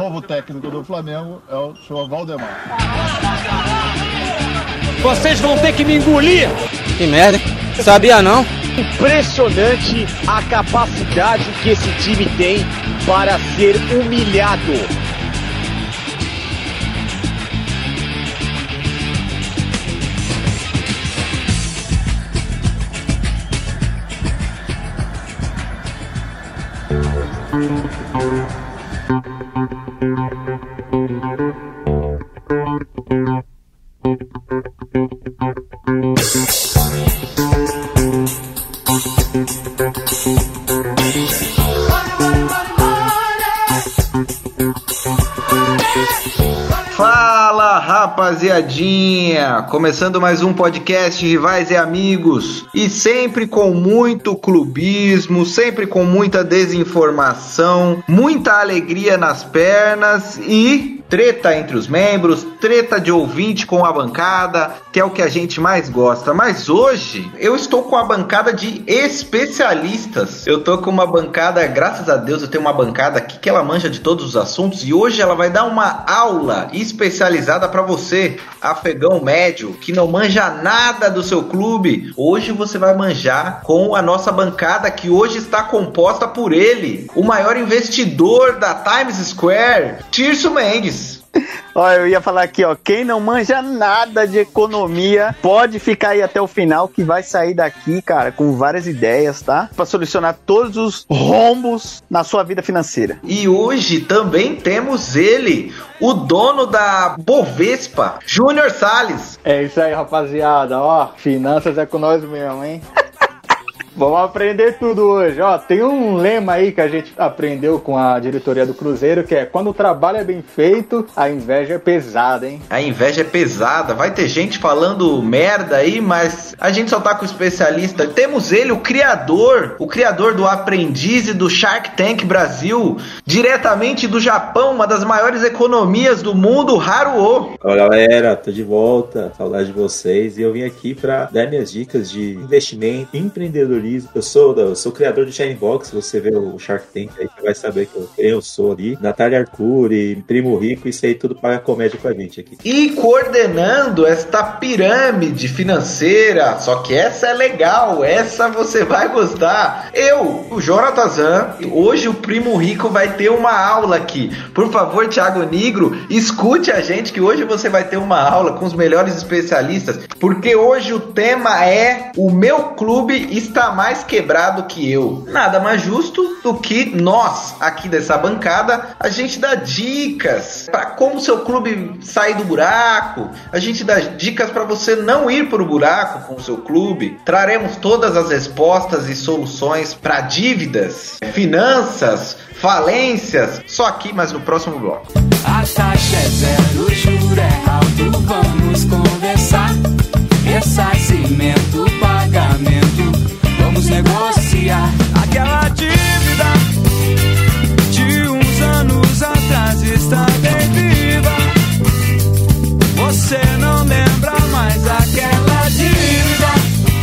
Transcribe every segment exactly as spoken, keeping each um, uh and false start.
novo técnico do Flamengo é o senhor Valdemar. Vocês vão ter que me engolir! Que merda, sabia não? Impressionante a capacidade que esse time tem para ser humilhado. Fala, rapaziadinha! Começando mais um podcast Rivais e Amigos, e sempre com muito clubismo, sempre com muita desinformação, muita alegria nas pernas e treta entre os membros, treta de ouvinte com a bancada, que é o que a gente mais gosta. Mas hoje eu estou com a bancada de especialistas. Eu tô com uma bancada, graças a Deus eu tenho uma bancada aqui que ela manja de todos os assuntos, e hoje ela vai dar uma aula especializada para você, afegão médio, que não manja nada do seu clube. Hoje você vai manjar com a nossa bancada, que hoje está composta por ele, o maior investidor da Times Square, Tirso Mendes. Ó, eu ia falar aqui, ó, quem não manja nada de economia, pode ficar aí até o final, que vai sair daqui, cara, com várias ideias, tá? Pra solucionar todos os rombos na sua vida financeira. E hoje também temos ele, o dono da Bovespa, Júnior Salles. É isso aí, rapaziada, ó, finanças é com nós mesmo, hein? Vamos aprender tudo hoje, ó, tem um lema aí que a gente aprendeu com a diretoria do Cruzeiro, que é: quando o trabalho é bem feito, a inveja é pesada, hein? A inveja é pesada, vai ter gente falando merda aí, mas a gente só tá com o especialista. Temos ele, o criador, o criador do Aprendiz e do Shark Tank Brasil, diretamente do Japão, uma das maiores economias do mundo, Haruo. Olá galera, tô de volta, saudade de vocês, e eu vim aqui pra dar minhas dicas de investimento, empreendedorismo. Eu sou, eu sou criador de Shine Box. Você vê o Shark Tank aí, você vai saber que eu, eu sou ali. Natália Arcuri, Primo Rico, isso aí tudo paga comédia com a gente aqui. E coordenando esta pirâmide financeira, só que essa é legal, essa você vai gostar. Eu, o Jonathan Zan, hoje o Primo Rico vai ter uma aula aqui. Por favor, Thiago Nigro, escute a gente, que hoje você vai ter uma aula com os melhores especialistas, porque hoje o tema é: o meu clube está mais quebrado que eu. Nada mais justo do que nós, aqui dessa bancada, a gente dá dicas para como seu clube sair do buraco, a gente dá dicas para você não ir para o buraco com o seu clube. Traremos todas as respostas e soluções para dívidas, finanças, falências, só aqui, mas no próximo bloco. A taxa é zero, o juro é alto, vamos conversar. Ressarcimento, pagamento, vamos negociar. Aquela dívida de uns anos atrás está devida. Você não lembra mais aquela dívida.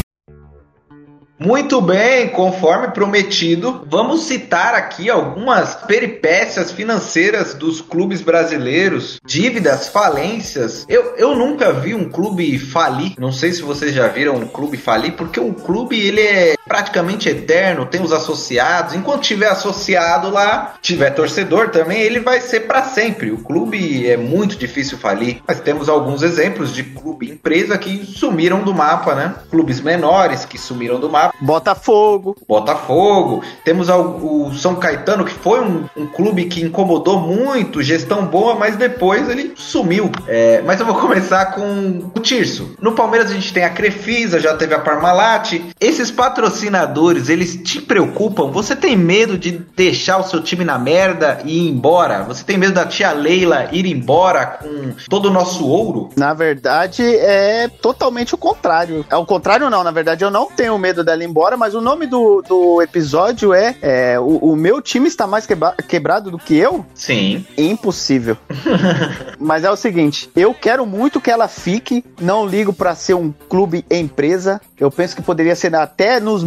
Muito bem, conforme prometido, vamos citar aqui algumas peripécias financeiras dos clubes brasileiros, dívidas, falências. Eu, eu nunca vi um clube falir, não sei se vocês já viram um clube falir, porque um clube ele é praticamente eterno, tem os associados, enquanto tiver associado lá, tiver torcedor também, ele vai ser para sempre. O clube é muito difícil falir, mas temos alguns exemplos de clube empresa que sumiram do mapa, né? Clubes menores que sumiram do mapa. Botafogo. Botafogo. Temos o São Caetano, que foi um, um clube que incomodou muito, gestão boa, mas depois ele sumiu. É, mas eu vou começar com o Tirso. No Palmeiras a gente tem a Crefisa, já teve a Parmalat. Esses patrocinadores, eles te preocupam? Você tem medo de deixar o seu time na merda e ir embora? Você tem medo da tia Leila ir embora com todo o nosso ouro? Na verdade, é totalmente o contrário. É o contrário não, na verdade eu não tenho medo dela ir embora, mas o nome do, do episódio é, é o, o meu time está mais quebra, quebrado do que eu? Sim. Impossível. Mas é o seguinte, eu quero muito que ela fique, não ligo pra ser um clube empresa, eu penso que poderia ser até nos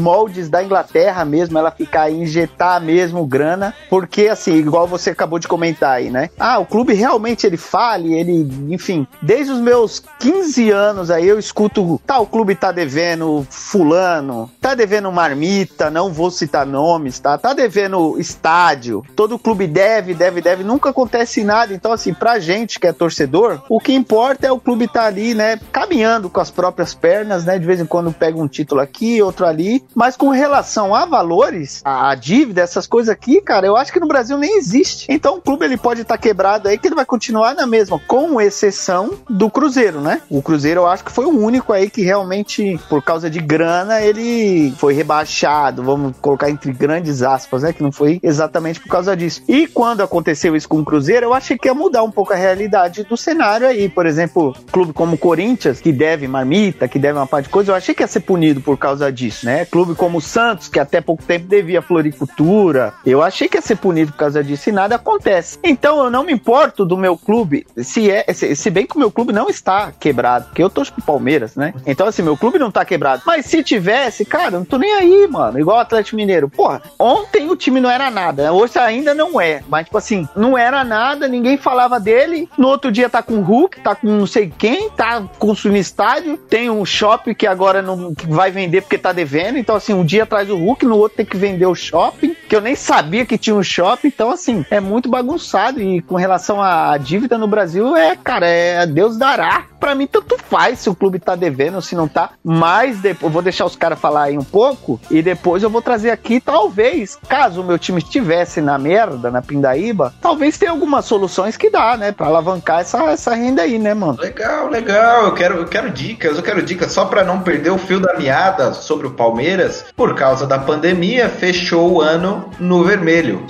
moldes da Inglaterra mesmo, ela ficar aí, injetar mesmo grana, porque assim, igual você acabou de comentar aí, né? Ah, o clube realmente ele fale, ele, enfim, desde os meus quinze anos aí eu escuto, tá, o clube tá devendo fulano, tá devendo marmita, não vou citar nomes, tá? Tá devendo estádio, todo clube deve, deve, deve, nunca acontece nada. Então assim, pra gente que é torcedor, o que importa é o clube tá ali, né, caminhando com as próprias pernas, né, de vez em quando pega um título aqui, outro ali, mas com relação a valores, a dívida, essas coisas aqui, cara, eu acho que no Brasil nem existe. Então o clube ele pode estar tá quebrado aí, que ele vai continuar na mesma, com exceção do Cruzeiro, né? O Cruzeiro eu acho que foi o único aí que realmente, por causa de grana, ele foi rebaixado, vamos colocar entre grandes aspas, né, que não foi exatamente por causa disso. E quando aconteceu isso com o Cruzeiro, eu achei que ia mudar um pouco a realidade do cenário aí. Por exemplo, clube como o Corinthians, que deve marmita, que deve uma parte de coisa, eu achei que ia ser punido por causa disso, né? Clube como o Santos, que até pouco tempo devia floricultura, eu achei que ia ser punido por causa disso e nada acontece. Então eu não me importo do meu clube, se, é, se, se bem que o meu clube não está quebrado, porque eu torço pro Palmeiras, né? Então assim, meu clube não tá quebrado, mas se tivesse, cara, eu não tô nem aí, mano, igual o Atlético Mineiro. Porra, ontem o time não era nada, hoje ainda não é, mas tipo assim, não era nada, ninguém falava dele, no outro dia tá com o Hulk, tá com não sei quem, tá construindo estádio, tem um shopping que agora não que vai vender porque tá devendo, então assim, um dia traz o Hulk, no outro tem que vender o shopping, que eu nem sabia que tinha um shopping, então assim, é muito bagunçado. E com relação à dívida no Brasil, é, cara, é Deus dará. Pra mim, tanto faz se o clube tá devendo ou se não tá, mas depois, eu vou deixar os caras falar aí um pouco, e depois eu vou trazer aqui, talvez, caso o meu time estivesse na merda, na pindaíba, talvez tenha algumas soluções que dá, né, pra alavancar essa, essa renda aí, né, mano? Legal, legal, eu quero, eu quero dicas, eu quero dicas só pra não perder o fio da meada sobre o Palmeiras. Por causa da pandemia, fechou o ano no vermelho.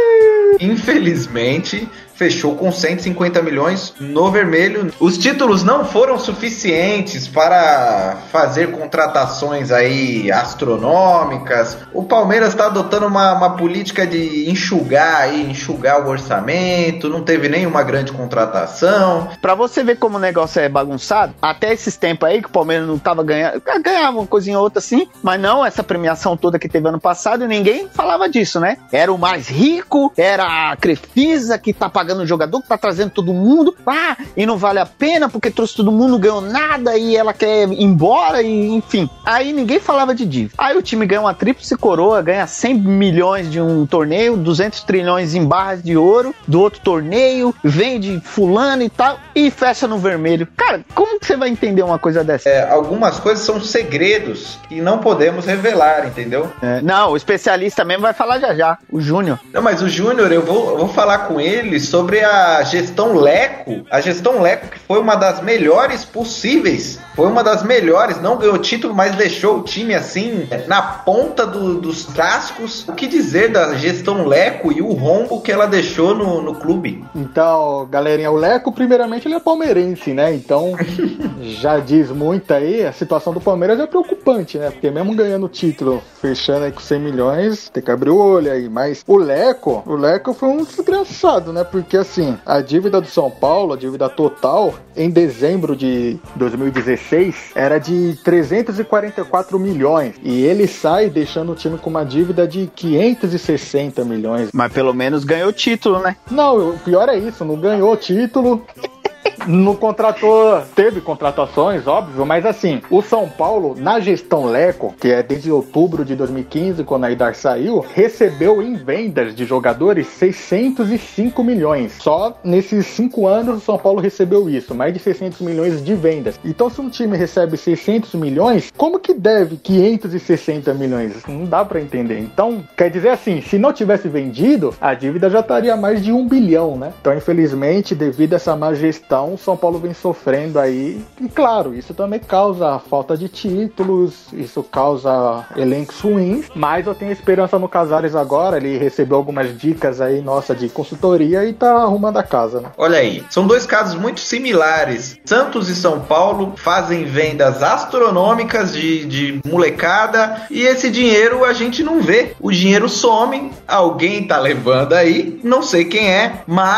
Infelizmente, fechou com cento e cinquenta milhões no vermelho. Os títulos não foram suficientes para fazer contratações aí astronômicas. O Palmeiras está adotando uma, uma política de enxugar aí, enxugar o orçamento, não teve nenhuma grande contratação. Pra você ver como o negócio é bagunçado, até esses tempos aí que o Palmeiras não tava ganhando, ganhava uma coisinha ou outra assim, mas não essa premiação toda que teve ano passado, e ninguém falava disso, né? Era o mais rico, era a Crefisa que tá pagando o jogador, que tá trazendo todo mundo, ah, e não vale a pena porque trouxe todo mundo, não ganhou nada e ela quer ir embora, e enfim. Aí ninguém falava de dívida. Aí o time ganha uma tríplice coroa, ganha cem milhões de um torneio, duzentos trilhões em barras de ouro do outro torneio, vende fulano e tal, e fecha no vermelho. Cara, como que você vai entender uma coisa dessa? É, algumas coisas são segredos que não podemos revelar, entendeu? É, não, o especialista mesmo vai falar já já, o Júnior. Não, mas o Júnior, eu vou, eu vou falar com ele sobre a gestão Leco, a gestão Leco que foi uma das melhores possíveis, foi uma das melhores, não ganhou título, mas deixou o time assim, na ponta do, dos cascos. O que dizer da gestão Leco e o rombo que ela deixou no, no clube? Então, galerinha, o Leco, primeiramente, ele é palmeirense, né? Então, já diz muito aí, a situação do Palmeiras é preocupante, né? Porque mesmo ganhando o título, fechando aí com cem milhões, tem que abrir o olho aí. Mas o Leco, o Leco foi um desgraçado, né? Porque assim, a dívida do São Paulo, a dívida total, em dezembro de dois mil e dezesseis, era de trezentos e quarenta e quatro milhões. E ele sai deixando o time com uma dívida de quinhentos e sessenta milhões. Mas pelo menos ganhou o título, né? Não, o pior é isso, não ganhou o título. Não contratou, teve contratações, óbvio, mas assim, o São Paulo, na gestão Leco, que é desde outubro de dois mil e quinze, quando a Aidar saiu, recebeu em vendas de jogadores seiscentos e cinco milhões. Só nesses cinco anos o São Paulo recebeu isso, mais de seiscentos milhões de vendas. Então, se um time recebe seiscentos milhões, como que deve quinhentos e sessenta milhões? Não dá pra entender. Então, quer dizer assim, se não tivesse vendido, a dívida já estaria mais de um bilhão, né? Então, infelizmente, devido a essa má gestão, o São Paulo vem sofrendo aí, e claro, isso também causa falta de títulos, isso causa elencos ruins, mas eu tenho esperança no Casares agora, ele recebeu algumas dicas aí, nossa, de consultoria e tá arrumando a casa, né? Olha aí, são dois casos muito similares. Santos e São Paulo fazem vendas astronômicas de, de molecada, e esse dinheiro a gente não vê, o dinheiro some, alguém tá levando aí, não sei quem é, mas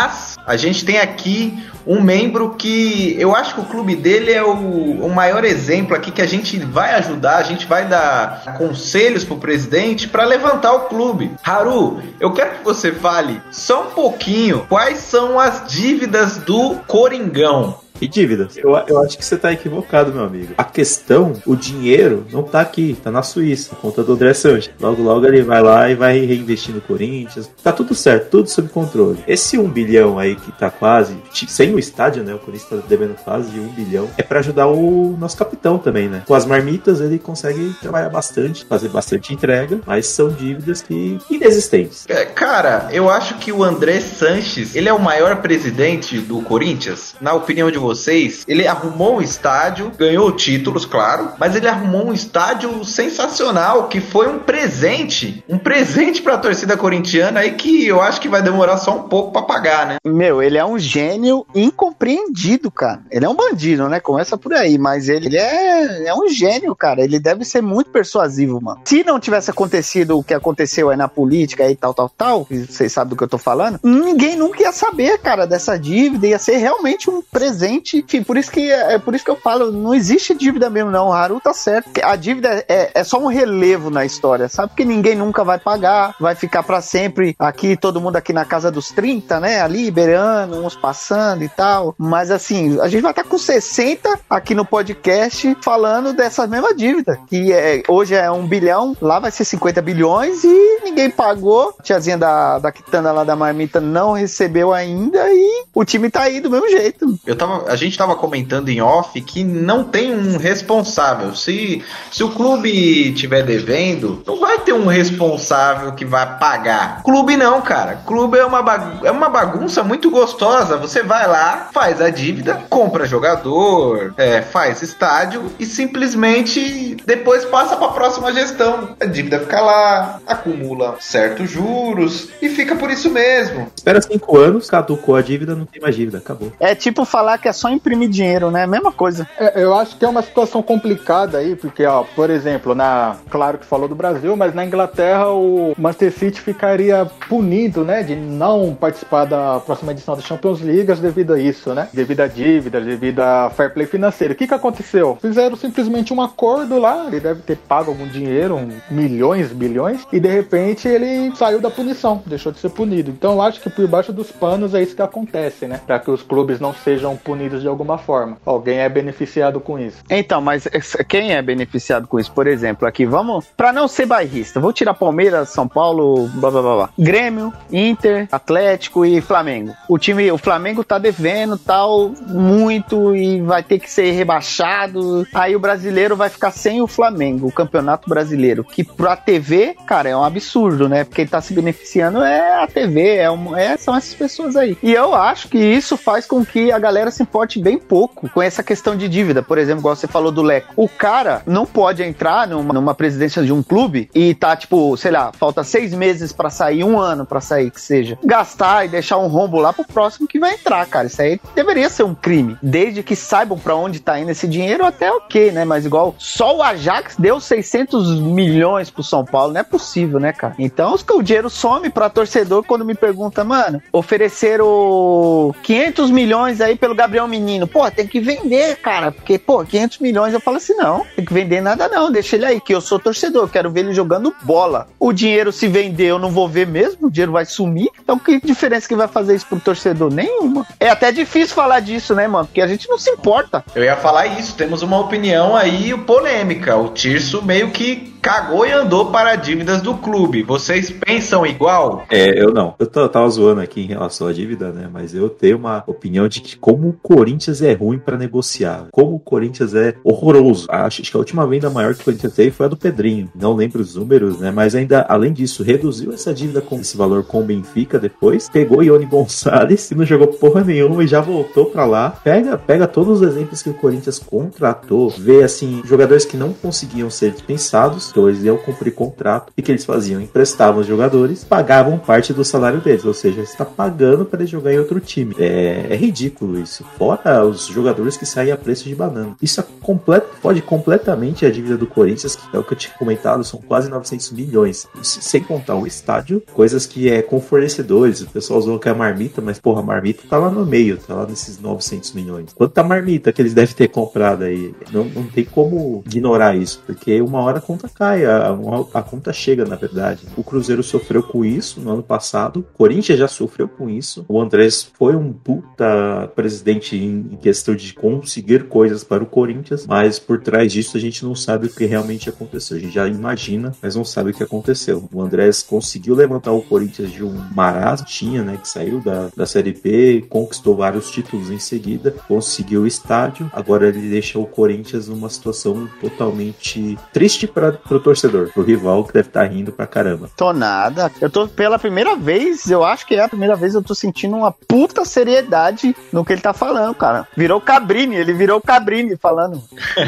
a gente tem aqui um membro que eu acho que o clube dele é o, o maior exemplo aqui, que a gente vai ajudar, a gente vai dar conselhos pro presidente para levantar o clube. Haru, eu quero que você fale só um pouquinho quais são as dívidas do Coringão. E dívidas? Eu, eu acho que você tá equivocado, meu amigo. A questão, o dinheiro, não tá aqui, tá na Suíça, conta do André Sanches. Logo, logo ele vai lá e vai reinvestir no Corinthians. Tá tudo certo, tudo sob controle. Esse um bilhão aí que tá quase, sem o estádio, né? O Corinthians tá devendo quase de um bilhão. É pra ajudar o nosso capitão também, né? Com as marmitas ele consegue trabalhar bastante, fazer bastante entrega, mas são dívidas que inexistentes. É, cara, eu acho que o André Sanches, ele é o maior presidente do Corinthians, na opinião de vocês. Vocês, ele arrumou um estádio, ganhou títulos, claro, mas ele arrumou um estádio sensacional, que foi um presente, um presente pra torcida corintiana aí que eu acho que vai demorar só um pouco pra pagar, né? Meu, ele é um gênio incompreendido, cara. Ele é um bandido, né? Começa por aí, mas ele é, é um gênio, cara. Ele deve ser muito persuasivo, mano. Se não tivesse acontecido o que aconteceu aí na política aí, tal, tal, tal, vocês sabem do que eu tô falando, ninguém nunca ia saber, cara, dessa dívida, ia ser realmente um presente. Enfim, por isso que é por isso que eu falo, não existe dívida mesmo não, o Haru tá certo. A dívida é, é só um relevo na história, sabe? Que ninguém nunca vai pagar, vai ficar pra sempre aqui, todo mundo aqui na casa dos trinta, né? Ali, liberando, uns passando e tal. Mas assim, a gente vai estar com sessenta aqui no podcast falando dessa mesma dívida, que é, hoje é um bilhão, lá vai ser cinquenta bilhões e ninguém pagou. A tiazinha da, da quitanda lá da marmita não recebeu ainda e o time tá aí do mesmo jeito. Eu tava, a gente tava comentando em off que não tem um responsável. Se, se o clube tiver devendo, não vai ter um responsável que vai pagar. Clube não, cara. Clube é uma, bagu- é uma bagunça muito gostosa. Você vai lá, faz a dívida, compra jogador, é, faz estádio e simplesmente depois passa pra próxima gestão. A dívida fica lá, acumula certos juros e fica por isso mesmo. Espera cinco anos, caducou a dívida, não tem mais dívida, acabou. É tipo falar que é só imprimir dinheiro, né? Mesma coisa. É, eu acho que é uma situação complicada aí, porque, ó, por exemplo, na, claro que falou do Brasil, mas na Inglaterra o Manchester City ficaria punido, né, de não participar da próxima edição da Champions League devido a isso, né? Devido a dívida, devido a fair play financeiro. O que que aconteceu? Fizeram simplesmente um acordo lá, ele deve ter pago algum dinheiro, um, milhões, bilhões, e de repente ele saiu da punição, deixou de ser punido. Então eu acho que por baixo dos panos é isso que acontece, né? Para que os clubes não sejam punidos de alguma forma. Alguém é beneficiado com isso. Então, mas quem é beneficiado com isso? Por exemplo, aqui, vamos... Pra não ser bairrista, vou tirar Palmeiras, São Paulo, blá, blá, blá, blá. Grêmio, Inter, Atlético e Flamengo. O time, o Flamengo tá devendo tal, muito, e vai ter que ser rebaixado. Aí o brasileiro vai ficar sem o Flamengo, o Campeonato Brasileiro, que pra T V, cara, é um absurdo, né? Porque ele tá se beneficiando é a T V, é um, é, são essas pessoas aí. E eu acho que isso faz com que a galera se importe bem pouco com essa questão de dívida. Por exemplo, igual você falou do Leco. O cara não pode entrar numa, numa presidência de um clube e tá, tipo, sei lá, falta seis meses pra sair, um ano pra sair, que seja. Gastar e deixar um rombo lá pro próximo que vai entrar, cara. Isso aí deveria ser um crime. Desde que saibam pra onde tá indo esse dinheiro, até ok, né? Mas igual, só o Ajax deu seiscentos milhões pro São Paulo. Não é possível, né, cara? Então, o dinheiro some pra torcedor quando me pergunta, mano, ofereceram quinhentos milhões aí pelo Gabriel Menino. Pô, tem que vender, cara. Porque, pô, quinhentos milhões, eu falo assim, não, tem que vender nada não. Deixa ele aí, que eu sou torcedor. Eu quero ver ele jogando bola. O dinheiro, se vender, eu não vou ver mesmo. O dinheiro vai sumir. Então, que diferença que vai fazer isso pro torcedor? Nenhuma. É até difícil falar disso, né, mano? Porque a gente não se importa. Eu ia falar isso. Temos uma opinião aí polêmica. O Tirso meio que cagou e andou para dívidas do clube. Vocês pensam igual? É, eu não. Eu tô, tava zoando aqui em relação à dívida, né? Mas eu tenho uma opinião de que como o Corinthians é ruim pra negociar. Como o Corinthians é horroroso. Acho, acho que a última venda maior que o Corinthians teve foi a do Pedrinho. Não lembro os números, né? Mas ainda, além disso, reduziu essa dívida com esse valor com o Benfica depois. Pegou Ione Gonçalves e não jogou porra nenhuma e já voltou pra lá. Pega, pega todos os exemplos que o Corinthians contratou. Vê, assim, jogadores que não conseguiam ser dispensados jogadores. Então eles iam cumprir contrato. E que eles faziam? Emprestavam os jogadores, pagavam parte do salário deles. Ou seja, você está pagando para eles jogar em outro time. É, é ridículo isso. Fora os jogadores que saem a preço de banana. Isso é completo, pode completamente a dívida do Corinthians, que é o que eu tinha comentado, são quase novecentos milhões. Sem contar o estádio, coisas que é com fornecedores. O pessoal usou que é a marmita, mas porra, a marmita tá lá no meio, tá lá nesses novecentos milhões. Quanta marmita que eles devem ter comprado aí? Não, não tem como ignorar isso, porque uma hora a conta cai, a, a conta chega, na verdade. O Cruzeiro sofreu com isso no ano passado, o Corinthians já sofreu com isso. O Andrés foi um puta presidente em, em questão de conseguir coisas para o Corinthians, mas por trás disso a gente não sabe o que realmente aconteceu. A gente já imagina, mas não sabe o que aconteceu. O Andrés conseguiu levantar o Corinthians de um marasmo, tinha, né, que saiu da, da Série B, conquistou vários títulos em seguida, conseguiu o estádio, agora ele deixa o Corinthians numa situação totalmente triste para o torcedor, pro rival que deve estar rindo pra caramba. Tô nada. Eu tô pela primeira vez, eu acho que é a primeira vez eu tô sentindo uma puta seriedade no que ele tá falando, cara. Virou Cabrini, ele virou Cabrini falando.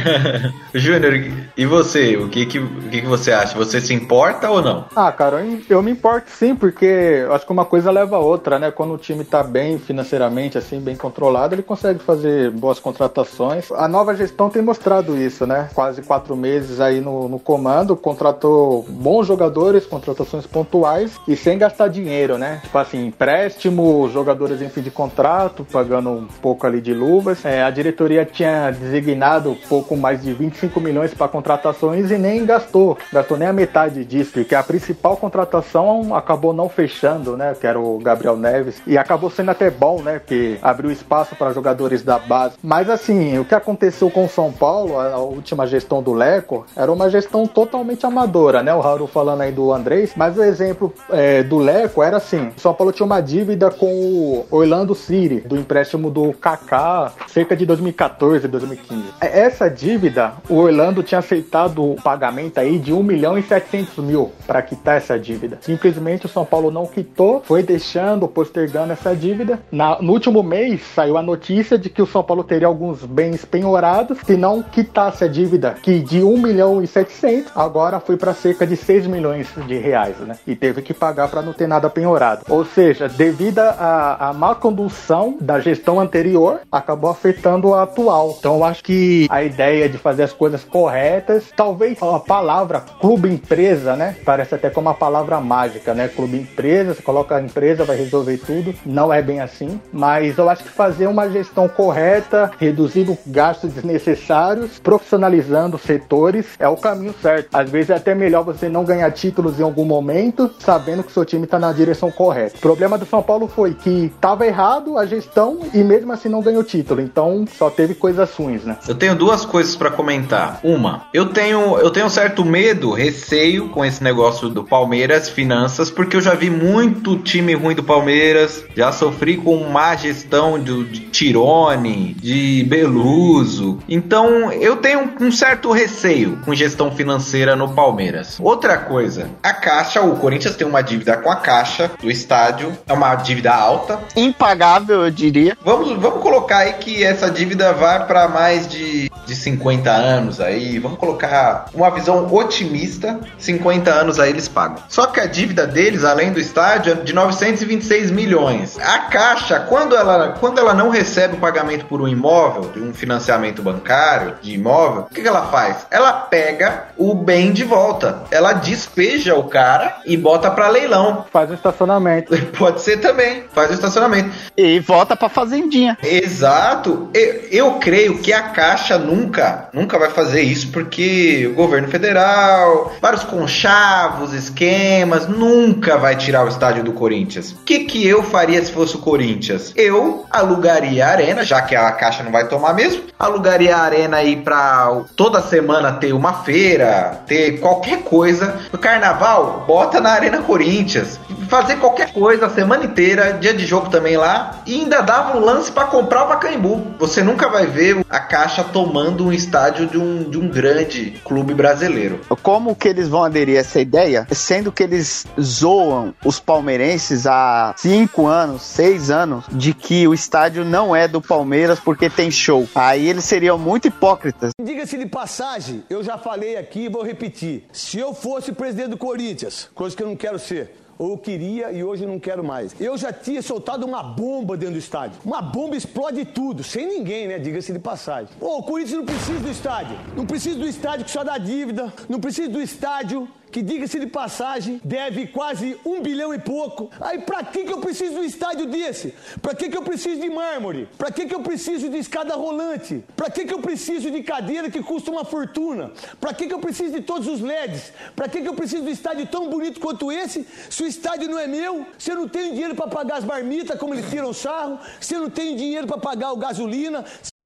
Júnior, e você? O que que, o que que você acha? Você se importa ou não? Ah, cara, eu, eu me importo sim, porque eu acho que uma coisa leva a outra, né? Quando o time tá bem financeiramente, assim, bem controlado, ele consegue fazer boas contratações. A nova gestão tem mostrado isso, né? Quase quatro meses aí no, no comando, contratou bons jogadores, contratações pontuais e sem gastar dinheiro, né? Tipo assim, empréstimo, jogadores em fim de contrato, pagando um pouco ali de luvas. É, a diretoria tinha designado pouco mais de vinte e cinco milhões para contratações e nem gastou, gastou nem a metade disso, porque a principal contratação acabou não fechando, né? Que era o Gabriel Neves, e acabou sendo até bom, né? Porque abriu espaço para jogadores da base. Mas assim, o que aconteceu com o São Paulo, a última gestão do Leco, era uma gestão totalmente amadora, né? O Haru falando aí do Andrés, mas o exemplo é, do Leco era assim: o São Paulo tinha uma dívida com o Orlando City, do empréstimo do Kaká, cerca de dois mil e catorze, dois mil e quinze. Essa dívida, o Orlando tinha aceitado o pagamento aí de um milhão e setecentos mil para quitar essa dívida. Simplesmente o São Paulo não quitou, foi deixando, postergando essa dívida. Na, no último mês saiu a notícia de que o São Paulo teria alguns bens penhorados se não quitasse a dívida, que de um milhão e setecentos agora foi para cerca de seis milhões de reais, né? E teve que pagar para não ter nada penhorado. Ou seja, devido à má condução da gestão anterior, acabou afetando a atual. Então eu acho que a ideia de fazer as coisas corretas, talvez a palavra clube-empresa, né? Parece até como uma palavra mágica, né? Clube-empresa, você coloca a empresa, vai resolver tudo. Não é bem assim, mas eu acho que fazer uma gestão correta, reduzindo gastos desnecessários, profissionalizando setores, é o caminho certo. Às vezes é até melhor você não ganhar títulos em algum momento, sabendo que o seu time está na direção correta. O problema do São Paulo foi que estava errado a gestão e mesmo assim não ganhou título, então só teve coisas ruins, né? Eu tenho duas coisas para comentar. Uma, eu tenho, eu tenho um certo medo, receio com esse negócio do Palmeiras, finanças, porque eu já vi muito time ruim do Palmeiras, já sofri com má gestão de, de Tirone, de Beluso, então eu tenho um certo receio com gestão financeira no Palmeiras. Outra coisa, a Caixa, o Corinthians tem uma dívida com a Caixa do estádio, é uma dívida alta, impagável, eu diria. Vamos, vamos colocar aí que essa dívida vai para mais de, de cinquenta anos aí, vamos colocar uma visão otimista, cinquenta anos aí eles pagam. Só que a dívida deles, além do estádio, é de novecentos e vinte e seis milhões. A Caixa, quando ela, quando ela não recebe o pagamento por um imóvel, de um financiamento bancário de imóvel, o que, que ela faz? Ela pega o bem de volta, ela despeja o cara e bota para leilão. Faz um estacionamento. Pode ser também, faz o um estacionamento. E volta pra fazendinha. Exato. Eu, eu creio que a Caixa nunca, nunca vai fazer isso, porque o governo federal, vários conchavos, esquemas, nunca vai tirar o estádio do Corinthians. O que, que eu faria se fosse o Corinthians? Eu alugaria a arena, já que a Caixa não vai tomar mesmo, alugaria a arena aí pra toda semana ter uma feira, ter qualquer coisa. No carnaval, bota na Arena Corinthians. Fazer qualquer coisa a semana inteira, dia de jogo também lá, e ainda dava um lance pra comprar o Pacaembu. Você nunca vai ver a Caixa tomando um estádio de um, de um grande clube brasileiro. Como que eles vão aderir a essa ideia? Sendo que eles zoam os palmeirenses há cinco anos, seis anos, de que o estádio não é do Palmeiras porque tem show. Aí eles seriam muito hipócritas. Diga-se de passagem, eu já falei aqui vou repetir. Se eu fosse presidente do Corinthians, coisa que eu não quero ser, ou eu queria e hoje não quero mais, eu já tinha soltado uma bomba dentro do estádio. Uma bomba explode tudo, sem ninguém, né? Diga-se de passagem. Ô, o Corinthians não precisa do estádio. Não precisa do estádio que só dá dívida. Não precisa do estádio que, diga-se de passagem, deve quase um bilhão e pouco. Aí pra que que eu preciso de um estádio desse? Pra que que eu preciso de mármore? Pra que que eu preciso de escada rolante? Pra que que eu preciso de cadeira que custa uma fortuna? Pra que que eu preciso de todos os L E Ds? Pra que que eu preciso de um estádio tão bonito quanto esse? Se o estádio não é meu, se eu não tenho dinheiro pra pagar as marmitas, como eles tiram sarro, se eu não tenho dinheiro pra pagar o gasolina...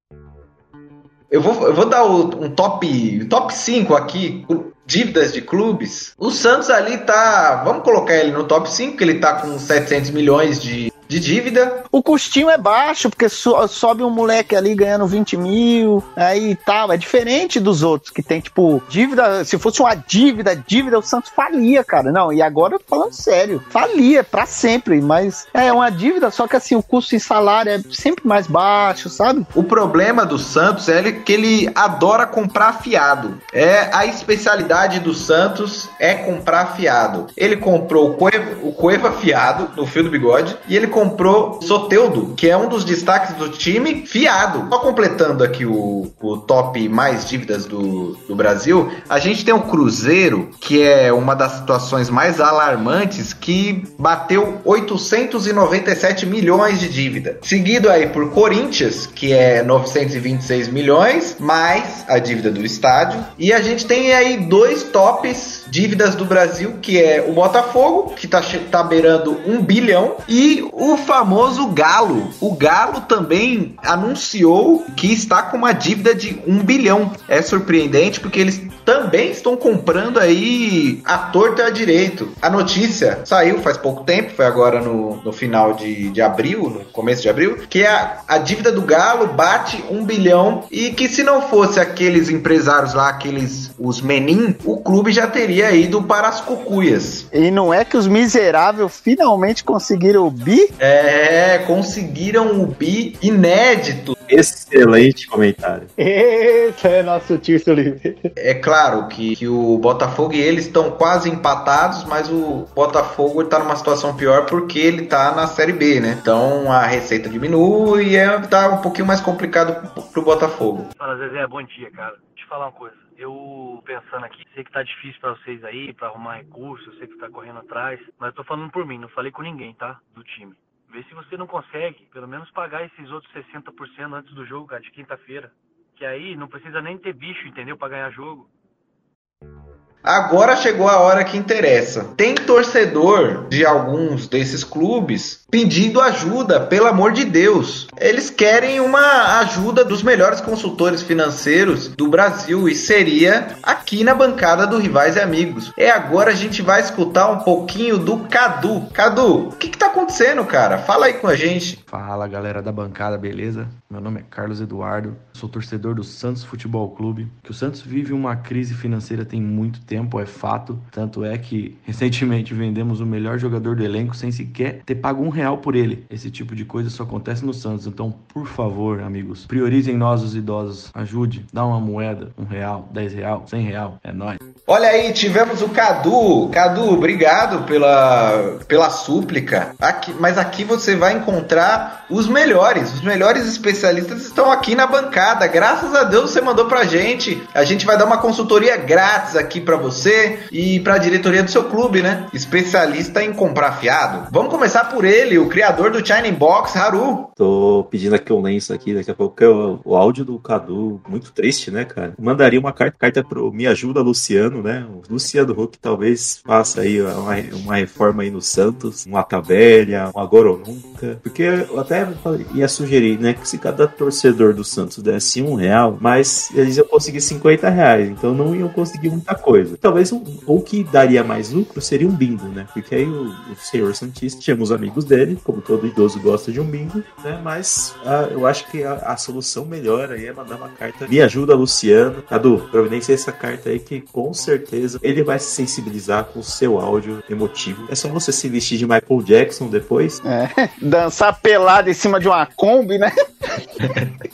Eu vou, eu vou dar o, um top, top cinco aqui, dívidas de clubes. O Santos ali tá, vamos colocar ele no top cinco, que ele tá com setecentos milhões de, de dívida. O custinho é baixo, porque so, sobe um moleque ali ganhando vinte mil, aí tal, é diferente dos outros, que tem tipo, dívida, se fosse uma dívida, dívida, o Santos falia, cara, não, e agora falando sério, falia pra sempre, mas é uma dívida, só que assim, o custo em salário é sempre mais baixo, sabe? O problema do Santos é que ele adora comprar fiado, é a especialidade do Santos é comprar fiado. Ele comprou o Cueva, o Cueva fiado, no fio do bigode, e ele comprou Soteldo, que é um dos destaques do time, fiado. Só completando aqui o, o top mais dívidas do, do Brasil, a gente tem o Cruzeiro, que é uma das situações mais alarmantes, que bateu oitocentos e noventa e sete milhões de dívida. Seguido aí por Corinthians, que é novecentos e vinte e seis milhões, mais a dívida do estádio. E a gente tem aí dois tops dívidas do Brasil, que é o Botafogo, que tá, tá beirando um bilhão, e o famoso Galo. O Galo também anunciou que está com uma dívida de um bilhão. É surpreendente porque eles também estão comprando aí à torta e à direito. A notícia saiu faz pouco tempo, foi agora no, no final de, de abril, no começo de abril, que a, a dívida do Galo bate um bilhão e que se não fosse aqueles empresários lá, aqueles, os menin, o clube já teria ido para as cucuias. E não é que os miseráveis finalmente conseguiram o bi? É, conseguiram o bi inédito. Excelente comentário. Esse é nosso tio Oliveira. É claro que, que o Botafogo e eles estão quase empatados, mas o Botafogo está numa situação pior porque ele está na Série B, né? Então a receita diminui e é, tá um pouquinho mais complicado pro Botafogo. Fala, Zezé, bom dia, cara. Deixa eu falar uma coisa. Eu pensando aqui, sei que tá difícil pra vocês aí, pra arrumar recursos, eu sei que tá correndo atrás, mas eu tô falando por mim, não falei com ninguém, tá? Do time. Vê se você não consegue, pelo menos pagar esses outros sessenta por cento antes do jogo, cara, de quinta-feira. Que aí não precisa nem ter bicho, entendeu? Pra ganhar jogo. Agora chegou a hora que interessa. Tem torcedor de alguns desses clubes pedindo ajuda, pelo amor de Deus. Eles querem uma ajuda dos melhores consultores financeiros do Brasil e seria aqui na bancada do Rivais e Amigos. É agora a gente vai escutar um pouquinho do Cadu. Cadu, o que que tá acontecendo, cara? Fala aí com a gente. Fala, galera da bancada, beleza? Meu nome é Carlos Eduardo, sou torcedor do Santos Futebol Clube. Que o Santos vive uma crise financeira tem muito tempo, é fato. Tanto é que recentemente vendemos o melhor jogador do elenco sem sequer ter pago um real por ele. Esse tipo de coisa só acontece no Santos. Então, por favor, amigos, priorizem nós os idosos. Ajude, dá uma moeda, um real, dez real, cem real, é nóis. Olha aí, tivemos o Cadu. Cadu, obrigado pela, pela súplica. Aqui, mas aqui você vai encontrar os melhores. Os melhores especialistas estão aqui na bancada. Graças a Deus você mandou pra gente. A gente vai dar uma consultoria grátis aqui pra você e pra diretoria do seu clube, né? Especialista em comprar fiado. Vamos começar por ele, o criador do Shining Box, Haru. Tô pedindo aqui um lenço aqui, daqui a pouco é o, o áudio do Cadu, muito triste, né, cara? Mandaria uma carta, carta pro Me Ajuda Luciano, né? O Luciano Huck talvez faça aí uma, uma reforma aí no Santos, uma tabela, um agora ou nunca. Porque eu até ia sugerir, né, que se cada torcedor do Santos desse um real, mas eles iam conseguir cinquenta reais, então não iam conseguir muita coisa. Talvez um, o que daria mais lucro seria um bingo, né? Porque aí o, o senhor Santista tinha os amigos dele, como todo idoso gosta de um bingo, né? Mas ah, eu acho que a, a solução melhor aí é mandar uma carta. Me ajuda, Luciano. Cadu, providencia essa carta aí que com certeza ele vai se sensibilizar com o seu áudio emotivo. É só você se vestir de Michael Jackson depois. É, dançar pelado em cima de uma Kombi, né?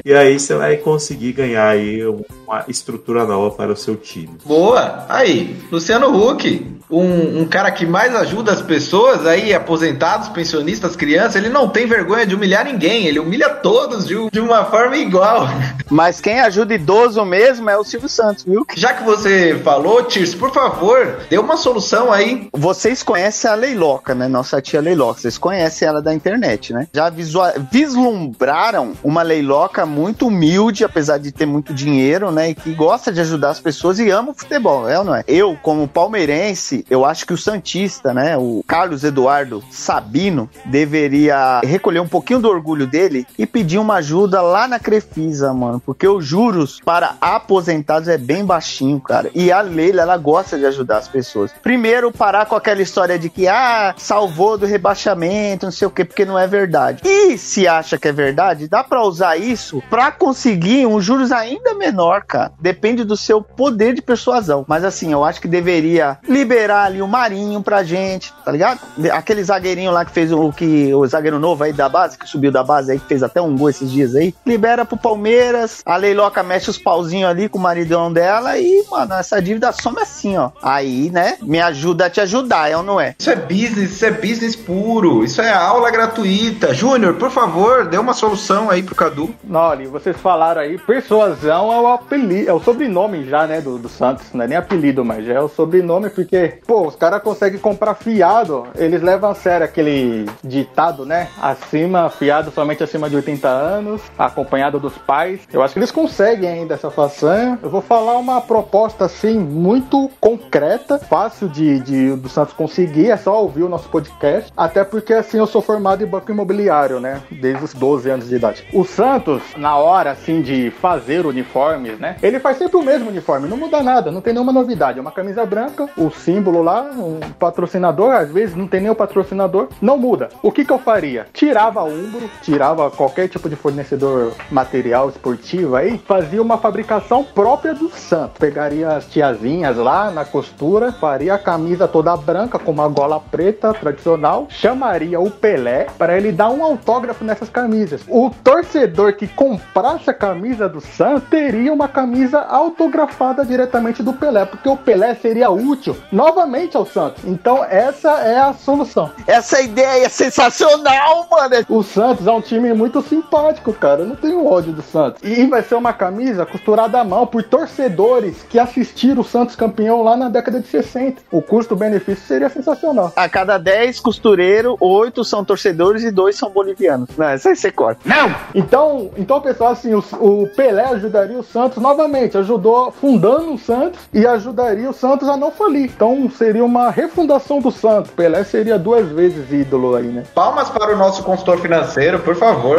E aí você vai conseguir ganhar aí uma estrutura nova para o seu time. Boa! Aí, Luciano Huck, um, um cara que mais ajuda as pessoas aí, aposentados, pensionistas, crianças, ele não tem vergonha de humilhar ninguém, ele humilha todos de, de uma forma igual. Mas quem ajuda idoso mesmo é o Silvio Santos, viu? Já que você falou, Tirso, por favor, dê uma solução aí. Vocês conhecem a Leiloca, né? Nossa tia Leiloca, vocês conhecem ela da internet, né? Já visual... vislumbraram uma Leiloca muito humilde, apesar de ter muito dinheiro, né? E que gosta de ajudar as pessoas e ama o futebol, é ou não é? Eu, como palmeirense, eu acho que o santista, né? O Carlos Eduardo Sabino deveria recolher um pouquinho do orgulho dele e pedir uma ajuda lá na Crefisa, mano, porque os juros para aposentados é bem baixinho, cara. E a Leila, ela gosta de ajudar as pessoas. Primeiro, parar com aquela história de que, ah, salvou do rebaixamento, não sei o quê, porque não é verdade. E se acha que é verdade, dá pra usar isso pra conseguir um juros ainda menor, cara. Depende do seu poder de persuasão. Mas assim, eu acho que deveria liberar ali o Marinho pra gente, tá ligado? Aquele zagueirinho lá que fez o que o zagueiro novo aí da base, que subiu da base aí, que fez até um gol esses dias aí. Libera pro Palmeiras, a Leiloca mexe os pauzinhos ali com o maridão dela e, mano, essa dívida some assim, ó. Aí, né, me ajuda a te ajudar, é ou não é? Isso é business, isso é business puro, isso é aula gratuita. Júnior, por favor, dê uma solução aí pro Cadu. Olha, vocês falaram aí, persuasão é o apelido, é o sobrenome já, né, do, do Santos, não é nem apelido, mas já é o sobrenome, porque, pô, os caras conseguem comprar fiado, eles levam a sério aquele ditado, né, acima, fiado somente acima de oitenta anos, acompanhado dos pais. Eu acho que eles conseguem ainda essa façanha. Eu vou falar uma proposta, assim, muito concreta, fácil de, de do Santos conseguir, é só ouvir o nosso podcast, até porque, assim, eu sou formado em banco imobiliário, né, desde os doze anos de idade. O Santos, na hora, assim, de fazer uniformes, né, ele faz sempre o mesmo uniforme, não muda nada, não tem nenhuma novidade, é uma camisa branca, o símbolo lá, um patrocinador, às vezes não tem nem o patrocinador, não muda. O que que eu faria? Tirava Umbro, tirava qualquer tipo de fornecedor material esportivo aí, fazia uma fabricação própria do Santos, pegaria as tiazinhas lá na costura, faria a camisa toda branca com uma gola preta tradicional, chamaria o Pelé para ele dar um autógrafo nessas camisas. O torcedor que comprasse a camisa do Santos teria uma camisa autografada diretamente do Pelé, porque o Pelé seria útil novamente ao Santos. Então essa é a solução. Essa ideia é sensacional, mano. O Santos é um time muito simpático, cara. Eu não tenho ódio do Santos. E vai ser uma camisa costurada à mão por torcedores que assistiram o Santos campeão lá na década de sessenta. O custo-benefício seria sensacional. A cada dez costureiros, oito são torcedores e dois são bolivianos. Não, isso aí você corta. Não! Então, então pessoal, assim, o, o Pelé ajudaria o Santos novamente. Ajudou fundando o Santos e ajudaria o Santos a não falir. Então seria uma refundação do Santos. Pelé seria duas vezes ídolo aí, né? Palmas para o nosso consultor financeiro, por favor.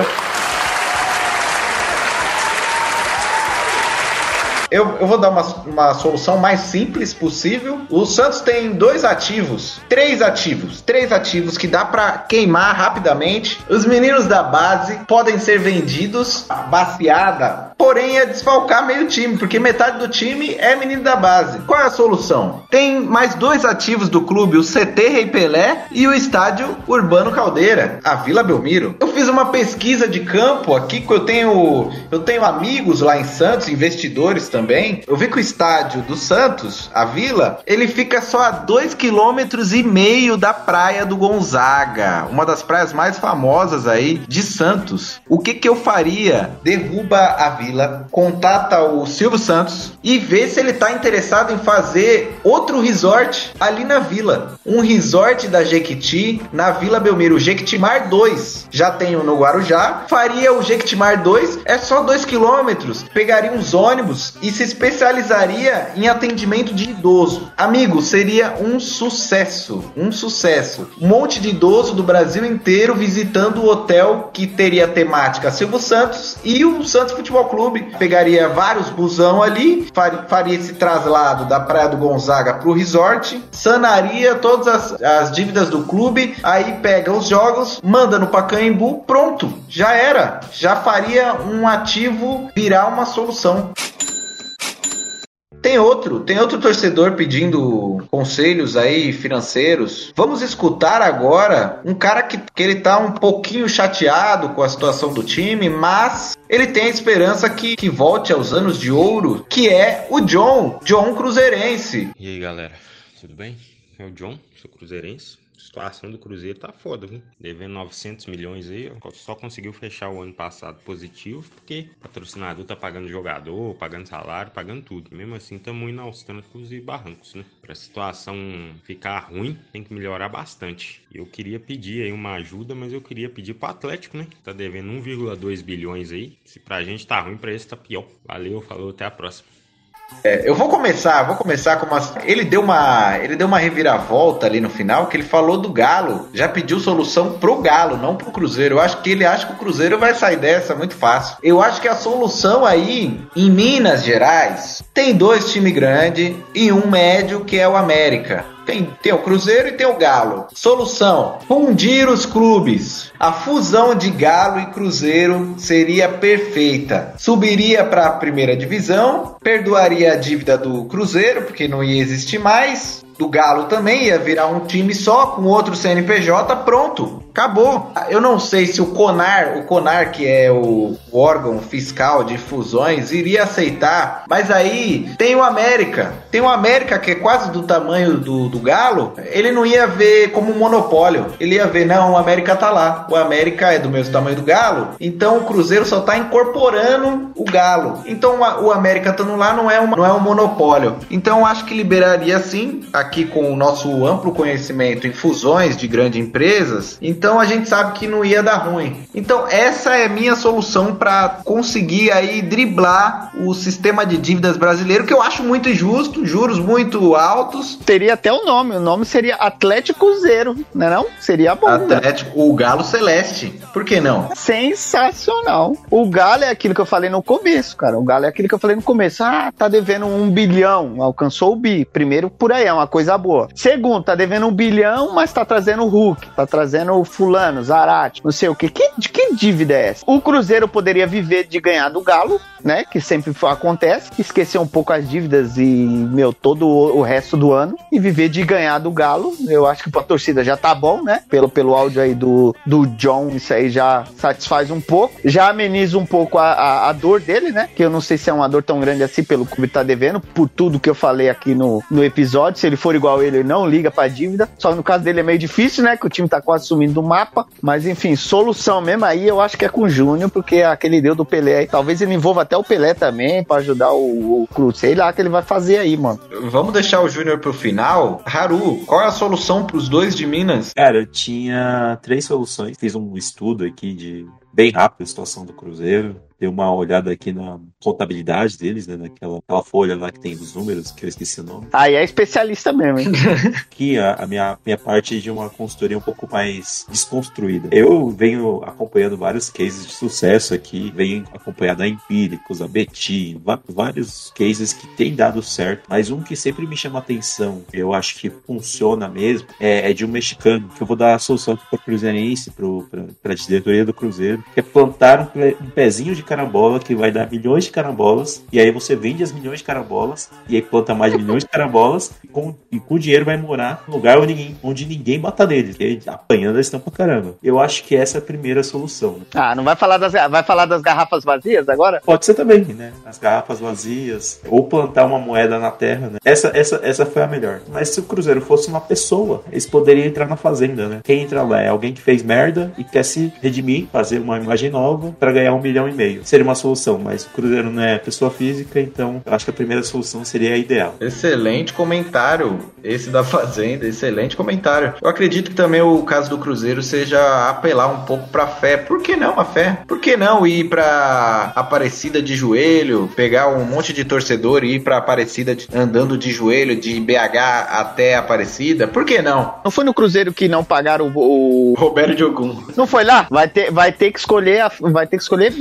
Eu, eu vou dar uma, uma solução mais simples possível. O Santos tem dois ativos, três ativos, três ativos que dá pra queimar rapidamente. Os meninos da base podem ser vendidos, baseada, porém é desfalcar meio time, porque metade do time é menino da base. Qual é a solução? Tem mais dois ativos do clube, o C T Rei Pelé e o estádio Urbano Caldeira, a Vila Belmiro. Eu fiz uma pesquisa de campo aqui, que eu tenho, eu tenho amigos lá em Santos, investidores também. Também, eu vi que o estádio do Santos, a Vila, ele fica só a dois quilômetros e meio da praia do Gonzaga, uma das praias mais famosas aí de Santos. O que que eu faria? Derruba a Vila, contata o Silvio Santos e vê se ele tá interessado em fazer outro resort ali na Vila. Um resort da Jequiti na Vila Belmiro, o Jequitimar dois. Já tem um no Guarujá, faria o Jequitimar dois, é só dois quilômetros, pegaria uns ônibus e se especializaria em atendimento de idoso. Amigo, seria um sucesso, um sucesso. Um monte de idoso do Brasil inteiro visitando o hotel que teria temática Silvio Santos e o Santos Futebol Clube. Pegaria vários busão ali, faria esse traslado da Praia do Gonzaga pro resort, sanaria todas as, as dívidas do clube, aí pega os jogos, manda no Pacaembu, pronto, já era. Já faria um ativo virar uma solução. Tem outro, tem outro torcedor pedindo conselhos aí financeiros. Vamos escutar agora um cara que, que ele tá um pouquinho chateado com a situação do time, mas ele tem a esperança que, que volte aos anos de ouro, que é o John, John Cruzeirense. E aí, galera, tudo bem? É o John, sou cruzeirense. A situação do Cruzeiro tá foda, viu? Devendo novecentos milhões aí, ó, só conseguiu fechar o ano passado positivo porque o patrocinador tá pagando jogador, pagando salário, pagando tudo. Mesmo assim, estamos indo aos trancos e barrancos, né? Pra situação ficar ruim, tem que melhorar bastante. Eu queria pedir aí uma ajuda, mas eu queria pedir pro Atlético, né? Tá devendo um vírgula dois bilhões aí. Se pra gente tá ruim, pra eles tá pior. Valeu, falou, até a próxima. É, eu vou começar, vou começar com uma... Ele deu uma, ele deu uma reviravolta ali no final, que ele falou do Galo, já pediu solução pro Galo, não pro Cruzeiro. Eu acho que ele acha que o Cruzeiro vai sair dessa muito fácil. Eu acho que a solução aí, em Minas Gerais, tem dois times grandes e um médio, que é o América. Tem, tem o Cruzeiro e tem o Galo. Solução: fundir os clubes. A fusão de Galo e Cruzeiro seria perfeita. Subiria para a primeira divisão, perdoaria a dívida do Cruzeiro, porque não ia existir mais. Do Galo também ia virar um time só, com outro C N P J, pronto, acabou. Eu não sei se o CONAR, o CONAR que é o órgão fiscal de fusões, iria aceitar, mas aí tem o América, tem o América que é quase do tamanho do, do Galo, ele não ia ver como um monopólio, ele ia ver, não, o América tá lá, o América é do mesmo tamanho do Galo, então o Cruzeiro só tá incorporando o Galo, então o América estando lá não é, uma, não é um monopólio, então eu acho que liberaria sim, aqui com o nosso amplo conhecimento em fusões de grandes empresas, então a gente sabe que não ia dar ruim. Então essa é a minha solução para conseguir aí driblar o sistema de dívidas brasileiro, que eu acho muito injusto, juros muito altos. Teria até o nome, o nome seria Atlético Cruzeiro, não é não? Seria bom. Atlético, o Galo Celeste, por que não? Sensacional. O Galo é aquilo que eu falei no começo, cara, o Galo é aquilo que eu falei no começo, ah, tá devendo um bilhão, alcançou o bi, primeiro por aí, é uma coisa boa. Segundo, tá devendo um bilhão, mas tá trazendo o Hulk, tá trazendo o fulano, Zarate, não sei o que. Que, de que dívida é essa? O Cruzeiro poderia viver de ganhar do Galo, né, que sempre acontece, esquecer um pouco as dívidas e, meu, todo o resto do ano e viver de ganhar do Galo. Eu acho que pra torcida já tá bom, né, pelo, pelo áudio aí do, do John, isso aí já satisfaz um pouco, já ameniza um pouco a, a, a dor dele, né, que eu não sei se é uma dor tão grande assim pelo que ele tá devendo, por tudo que eu falei aqui no, no episódio. Se ele for igual ele, ele não liga pra dívida, só no caso dele é meio difícil, né, que o time tá quase sumindo do mapa, mas enfim, solução mesmo aí eu acho que é com o Júnior, porque aquele deu do Pelé aí, talvez ele envolva até o Pelé também, pra ajudar o, o Cruz, sei lá o que ele vai fazer aí, mano. Vamos deixar o Júnior pro final. Haru, qual é a solução pros dois de Minas? Cara, eu tinha três soluções, fiz um estudo aqui de bem rápido a situação do Cruzeiro. Dei uma olhada aqui na contabilidade deles, né? Naquela aquela folha lá que tem os números, que eu esqueci o nome. Aí é especialista mesmo, hein? Aqui a, a minha, minha parte de uma consultoria um pouco mais desconstruída. Eu venho acompanhando vários cases de sucesso aqui, venho acompanhando a Empíricos, a Betim, vários cases que têm dado certo, mas um que sempre me chama atenção, eu acho que funciona mesmo, é, é de um mexicano, que eu vou dar a solução aqui para o cruzeirense, para a diretoria do Cruzeiro, que é plantar um, um pezinho de carambola que vai dar milhões de carambolas, e aí você vende as milhões de carambolas e aí planta mais milhões de carambolas e com, e com o dinheiro vai morar no lugar onde ninguém, onde ninguém bota neles, porque apanhando eles estão pra caramba. Eu acho que essa é a primeira solução, né? Ah, não vai falar das, vai falar das garrafas vazias agora? Pode ser também, né? As garrafas vazias, ou plantar uma moeda na terra, né? Essa, essa, essa foi a melhor. Mas se o Cruzeiro fosse uma pessoa, eles poderiam entrar na fazenda, né? Quem entra lá é alguém que fez merda e quer se redimir, fazer uma imagem nova pra ganhar um milhão e meio. Seria uma solução, mas o Cruzeiro não é pessoa física, então eu acho que a primeira solução seria a ideal. Excelente comentário, esse da Fazenda, excelente comentário. Eu acredito que também o caso do Cruzeiro seja apelar um pouco pra fé. Por que não a fé? Por que não ir pra Aparecida de joelho, pegar um monte de torcedor e ir pra Aparecida de, andando de joelho de B H até Aparecida? Por que não? Não foi no Cruzeiro que não pagaram o... o... Roberto Diogun. Não foi lá? Vai ter, vai ter que escolher, vai ter que escolher bem aí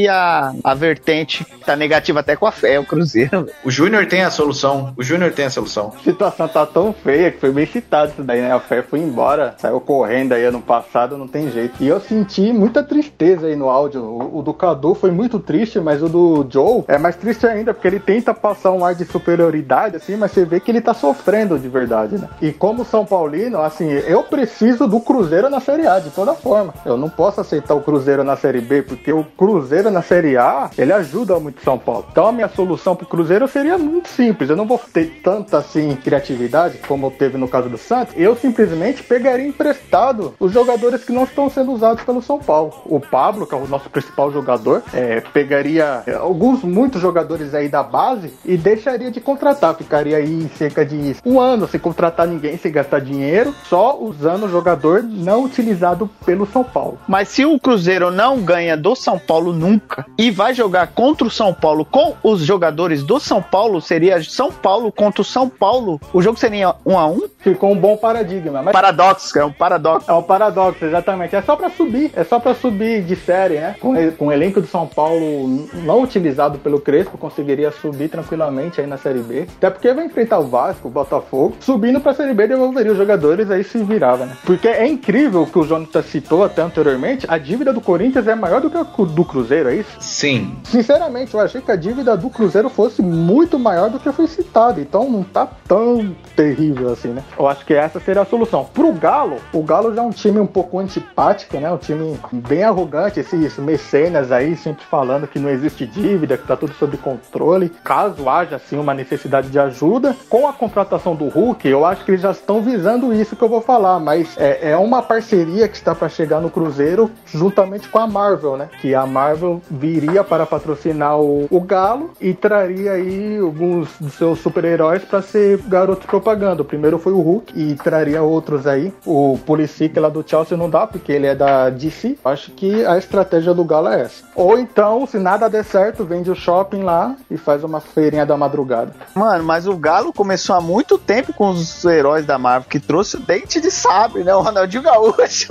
a, a vertente tá negativa até com a fé, o Cruzeiro. O Júnior tem a solução. O Júnior tem a solução. A situação tá tão feia que foi bem citado isso daí, né? A fé foi embora, saiu correndo aí ano passado, não tem jeito. E eu senti muita tristeza aí no áudio. O, o do Cadu foi muito triste, mas o do Joe é mais triste ainda, porque ele tenta passar um ar de superioridade, assim, mas você vê que ele tá sofrendo de verdade, né? E como São Paulino, assim, eu preciso do Cruzeiro na Série A, de toda forma. Eu não posso aceitar o Cruzeiro na Série B, porque o Cruzeiro na Série A, ele ajuda muito São Paulo. Então a minha solução pro Cruzeiro seria muito simples. Eu não vou ter tanta, assim, criatividade, como teve no caso do Santos. Eu simplesmente pegaria emprestado os jogadores que não estão sendo usados pelo São Paulo. O Pablo, que é o nosso principal jogador, é, pegaria alguns, muitos jogadores aí da base e deixaria de contratar. Ficaria aí cerca de um ano sem contratar ninguém, sem gastar dinheiro, só usando o jogador não utilizado pelo São Paulo. Mas se o Cruzeiro não ganha do São Paulo nunca e vai jogar contra o São Paulo com os jogadores do São Paulo, seria São Paulo contra o São Paulo, o jogo seria um a um? Ficou um bom paradigma. Mas... Paradoxo, é um paradoxo. É um paradoxo, exatamente. É só pra subir, é só pra subir de série, né? Com, com o elenco do São Paulo não utilizado pelo Crespo, conseguiria subir tranquilamente aí na Série B. Até porque vai enfrentar o Vasco, o Botafogo. Subindo pra Série B, devolveria os jogadores, aí se virava, né? Porque é incrível o que o Jonathan citou até anteriormente, a dívida do Corinthians é maior do que a do Cruzeiro, é isso? Sim. Sinceramente, eu achei que a dívida do Cruzeiro fosse muito maior do que foi citado, então não tá tão terrível assim, né? Eu acho que essa seria a solução. Pro Galo, o Galo já é um time um pouco antipático, né? Um time bem arrogante, esses mecenas aí sempre falando que não existe dívida, que tá tudo sob controle, caso haja assim uma necessidade de ajuda. Com a contratação do Hulk, eu acho que eles já estão visando isso que eu vou falar, mas é, é uma parceria que está para chegar no Cruzeiro juntamente com a Marvel, né? Que a Marvel viria para patrocinar o, o Galo e traria aí alguns dos seus super-heróis para ser garoto propaganda. O primeiro foi o Hulk e traria outros aí. O Pulisic lá do Chelsea não dá, porque ele é da D C. Acho que a estratégia do Galo é essa. Ou então, se nada der certo, vende o shopping lá e faz uma feirinha da madrugada. Mano, mas o Galo começou há muito tempo com os heróis da Marvel, que trouxe o Dente de Sabre, né? O Ronaldinho Gaúcho.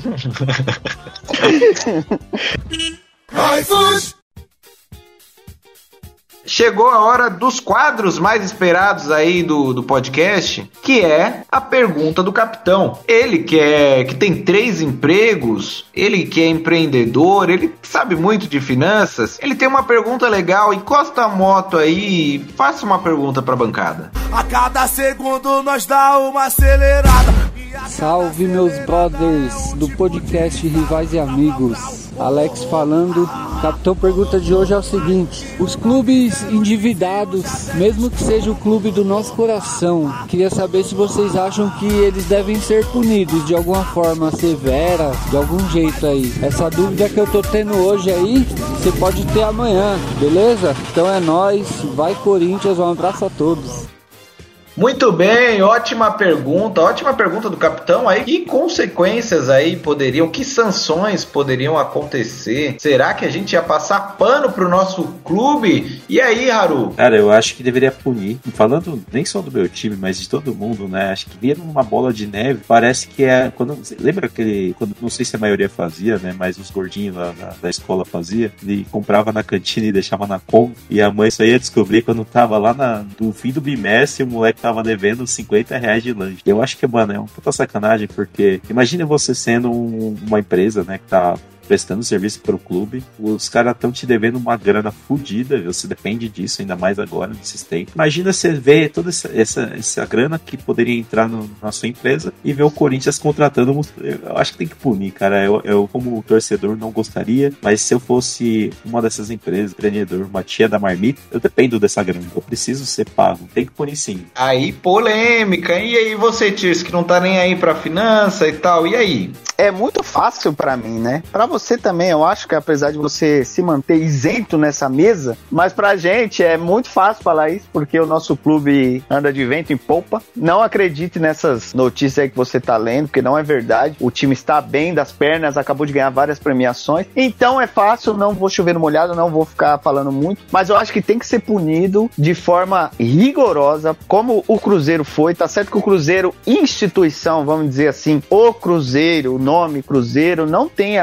Chegou a hora dos quadros mais esperados aí do, do podcast, que é a pergunta do capitão. Ele que, é, que tem três empregos, ele que é empreendedor, ele sabe muito de finanças, ele tem uma pergunta legal. Encosta a moto aí e faça uma pergunta pra bancada. A cada segundo nós dá uma acelerada. Salve meus brothers do podcast Rivais e Amigos, Alex falando. Capitão, pergunta de hoje é o seguinte: os clubes endividados, mesmo que seja o clube do nosso coração, queria saber se vocês acham que eles devem ser punidos de alguma forma severa, de algum jeito aí. Essa dúvida que eu tô tendo hoje aí, você pode ter amanhã, beleza? Então é nóis, vai Corinthians, um abraço a todos. Muito bem, ótima pergunta, ótima pergunta do capitão aí. Que consequências aí poderiam, que sanções poderiam acontecer? Será que a gente ia passar pano pro nosso clube? E aí, Haru? Cara, eu acho que deveria punir, falando nem só do meu time, mas de todo mundo, né? Acho que vira uma bola de neve, parece que é, quando, lembra aquele, quando, não sei se a maioria fazia, né? Mas os gordinhos lá da, da escola fazia, ele comprava na cantina e deixava na conta, e a mãe só ia descobrir quando tava lá na, no fim do bimestre, o moleque tava devendo cinquenta reais de lanche. Eu acho que, mano, é uma puta sacanagem, porque imagina você sendo um, uma empresa, né, que tá prestando serviço para o clube, os caras estão te devendo uma grana fodida, você depende disso, ainda mais agora, nesses tempos. Imagina você ver toda essa, essa, essa grana que poderia entrar no, na sua empresa e ver o Corinthians contratando. Eu acho que tem que punir, cara. Eu, eu como torcedor, não gostaria, mas se eu fosse uma dessas empresas, empreendedor, uma tia da marmita, eu dependo dessa grana, eu preciso ser pago, tem que punir sim. Aí, polêmica, e aí você, Tirso, que não tá nem aí pra finança e tal, e aí? É muito fácil pra mim, né? Pra você Você também, eu acho que apesar de você se manter isento nessa mesa, mas pra gente é muito fácil falar isso, porque o nosso clube anda de vento em polpa. Não acredite nessas notícias aí que você tá lendo, porque não é verdade. O time está bem das pernas, acabou de ganhar várias premiações. Então é fácil, não vou chover no molhado, não vou ficar falando muito, mas eu acho que tem que ser punido de forma rigorosa, como o Cruzeiro foi. Tá certo que o Cruzeiro, instituição, vamos dizer assim, o Cruzeiro, o nome Cruzeiro, não tem a culpa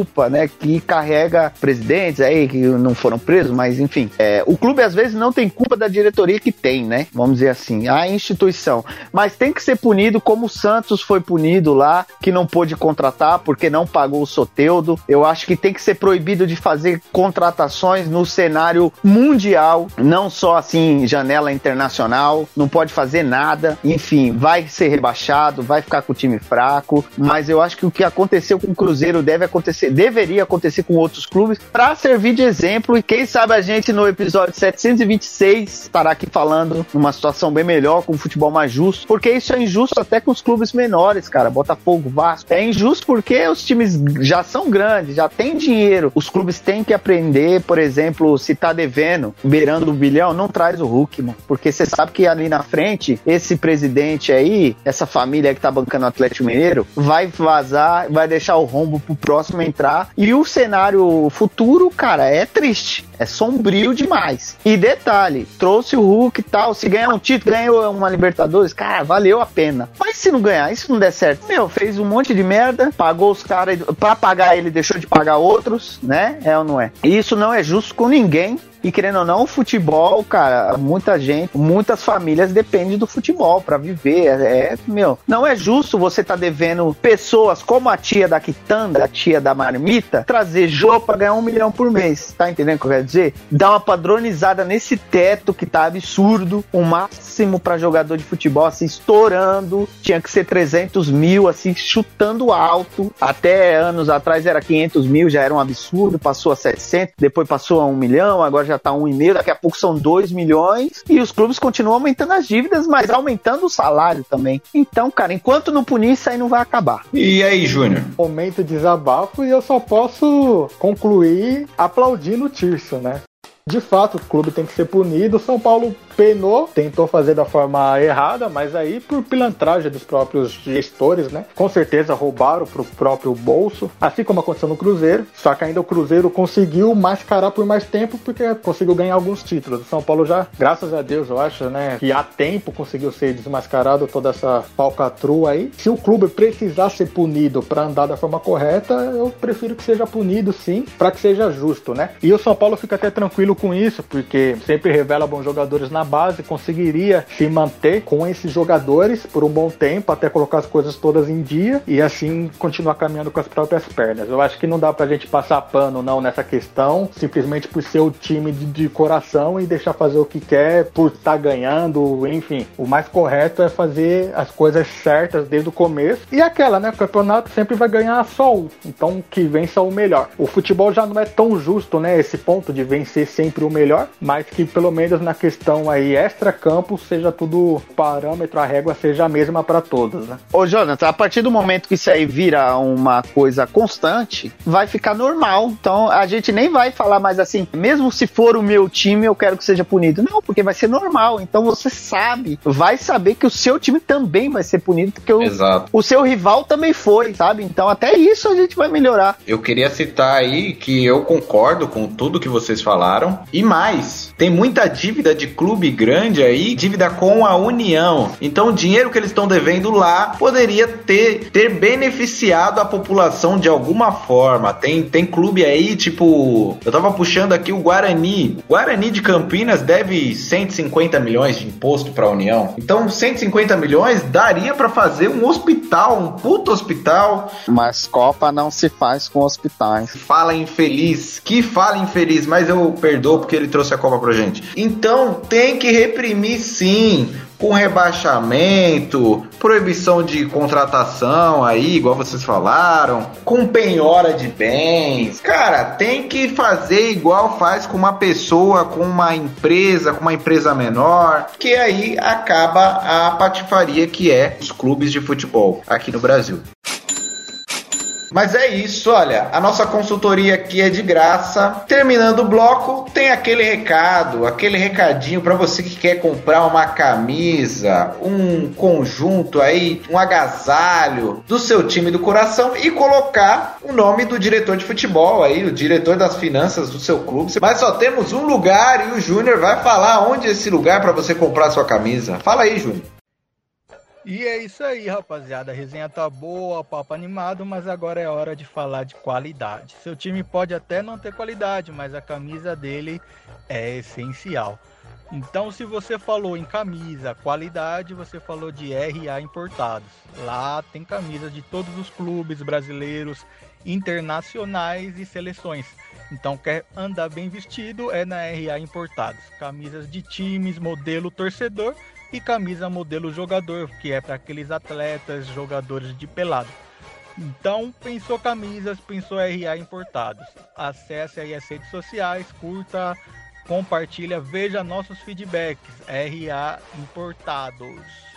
culpa, né, que carrega presidentes aí que não foram presos, mas enfim, é, o clube às vezes não tem culpa da diretoria que tem, né, vamos dizer assim, a instituição, mas tem que ser punido como o Santos foi punido lá, que não pôde contratar porque não pagou o Soteldo. Eu acho que tem que ser proibido de fazer contratações no cenário mundial, não só assim, janela internacional, não pode fazer nada, enfim, vai ser rebaixado, vai ficar com o time fraco, mas eu acho que o que aconteceu com o Cruzeiro deve acontecer, deveria acontecer com outros clubes, para servir de exemplo, e quem sabe a gente no episódio setecentos e vinte e seis estará aqui falando numa situação bem melhor, com um futebol mais justo, porque isso é injusto até com os clubes menores, cara, Botafogo, Vasco, é injusto porque os times já são grandes, já tem dinheiro, os clubes têm que aprender, por exemplo, se tá devendo, beirando o bilhão, não traz o Hulk, mano, porque você sabe que ali na frente, esse presidente aí, essa família que tá bancando o Atlético Mineiro, vai vazar, vai deixar o rombo pro próximo entrar, e o cenário futuro, cara, é triste, é sombrio demais. E detalhe, trouxe o Hulk e tal, se ganhar um título, ganhou uma Libertadores, cara, valeu a pena. Mas se não ganhar, isso não der certo, meu, fez um monte de merda, pagou os caras, pra pagar ele deixou de pagar outros, né, é ou não é? E isso não é justo com ninguém. E querendo ou não, o futebol, cara, muita gente, muitas famílias dependem do futebol pra viver. É, é, meu, não é justo você tá devendo pessoas como a tia da quitanda, a tia da marmita, trazer jogo pra ganhar um milhão por mês. Tá entendendo o que eu quero dizer? Dá uma padronizada nesse teto que tá absurdo. O máximo pra jogador de futebol, assim, estourando. Tinha que ser trezentos mil, assim, chutando alto. Até anos atrás era quinhentos mil, já era um absurdo. Passou a setecentos, depois passou a um milhão, agora já tá um e meio, daqui a pouco são dois milhões, e os clubes continuam aumentando as dívidas, mas aumentando o salário também. Então, cara, enquanto não punir, isso aí não vai acabar. E aí, Júnior? Momento de desabafo, e eu só posso concluir aplaudindo o Tirso, né? De fato, o clube tem que ser punido. São Paulo penou, tentou fazer da forma errada, mas aí por pilantragem dos próprios gestores, né? Com certeza roubaram pro próprio bolso, assim como aconteceu no Cruzeiro, só que ainda o Cruzeiro conseguiu mascarar por mais tempo, porque conseguiu ganhar alguns títulos. O São Paulo já, graças a Deus, eu acho, né, que há tempo conseguiu ser desmascarado toda essa falcatrua aí. Se o clube precisar ser punido para andar da forma correta, eu prefiro que seja punido sim, para que seja justo, né? E o São Paulo fica até tranquilo com isso, porque sempre revela bons jogadores na base, conseguiria se manter com esses jogadores por um bom tempo, até colocar as coisas todas em dia e assim continuar caminhando com as próprias pernas. Eu acho que não dá pra gente passar pano não nessa questão, simplesmente por ser o time de, de coração e deixar fazer o que quer por estar tá ganhando, enfim. O mais correto é fazer as coisas certas desde o começo. E aquela, né? O campeonato sempre vai ganhar só um, então que vença o melhor. O futebol já não é tão justo, né? Esse ponto de vencer sempre o melhor, mas que pelo menos na questão aí extra-campo seja tudo parâmetro, a régua seja a mesma para todos, né? Ô Jonathan, a partir do momento que isso aí vira uma coisa constante, vai ficar normal. Então a gente nem vai falar mais assim, mesmo se for o meu time, eu quero que seja punido. Não, porque vai ser normal. Então você sabe, vai saber que o seu time também vai ser punido, porque o, o seu rival também foi, sabe? Então até isso a gente vai melhorar. Eu queria citar aí que eu concordo com tudo que vocês falaram, e mais, tem muita dívida de clube grande aí, dívida com a União. Então o dinheiro que eles estão devendo lá poderia ter, ter beneficiado a população de alguma forma. Tem, tem clube aí, tipo, eu tava puxando aqui o Guarani. O Guarani de Campinas deve cento e cinquenta milhões de imposto pra União. Então cento e cinquenta milhões daria pra fazer um hospital, um puto hospital. Mas Copa não se faz com hospitais. Fala infeliz, que fala infeliz, mas eu perdoo porque ele trouxe a Copa pra gente. Então tem que reprimir sim, com rebaixamento, proibição de contratação aí, igual vocês falaram, com penhora de bens. Cara, tem que fazer igual faz com uma pessoa, com uma empresa, com uma empresa menor, que aí acaba a patifaria que é os clubes de futebol aqui no Brasil. Mas é isso, olha, a nossa consultoria aqui é de graça. Terminando o bloco, tem aquele recado, aquele recadinho para você que quer comprar uma camisa, um conjunto aí, um agasalho do seu time do coração e colocar o nome do diretor de futebol aí, o diretor das finanças do seu clube. Mas só temos um lugar e o Júnior vai falar onde é esse lugar para você comprar a sua camisa. Fala aí, Júnior. E é isso aí, rapaziada. A resenha tá boa, papo animado, mas agora é hora de falar de qualidade. Seu time pode até não ter qualidade, mas a camisa dele é essencial. Então, se você falou em camisa, qualidade, você falou de R A Importados. Lá tem camisas de todos os clubes brasileiros, internacionais e seleções. Então, quer andar bem vestido, é na R A Importados. Camisas de times, modelo torcedor e camisa modelo jogador, que é para aqueles atletas, jogadores de pelado. Então, pensou camisas, pensou R A Importados. Acesse aí as redes sociais, curta, compartilha, veja nossos feedbacks. R A Importados.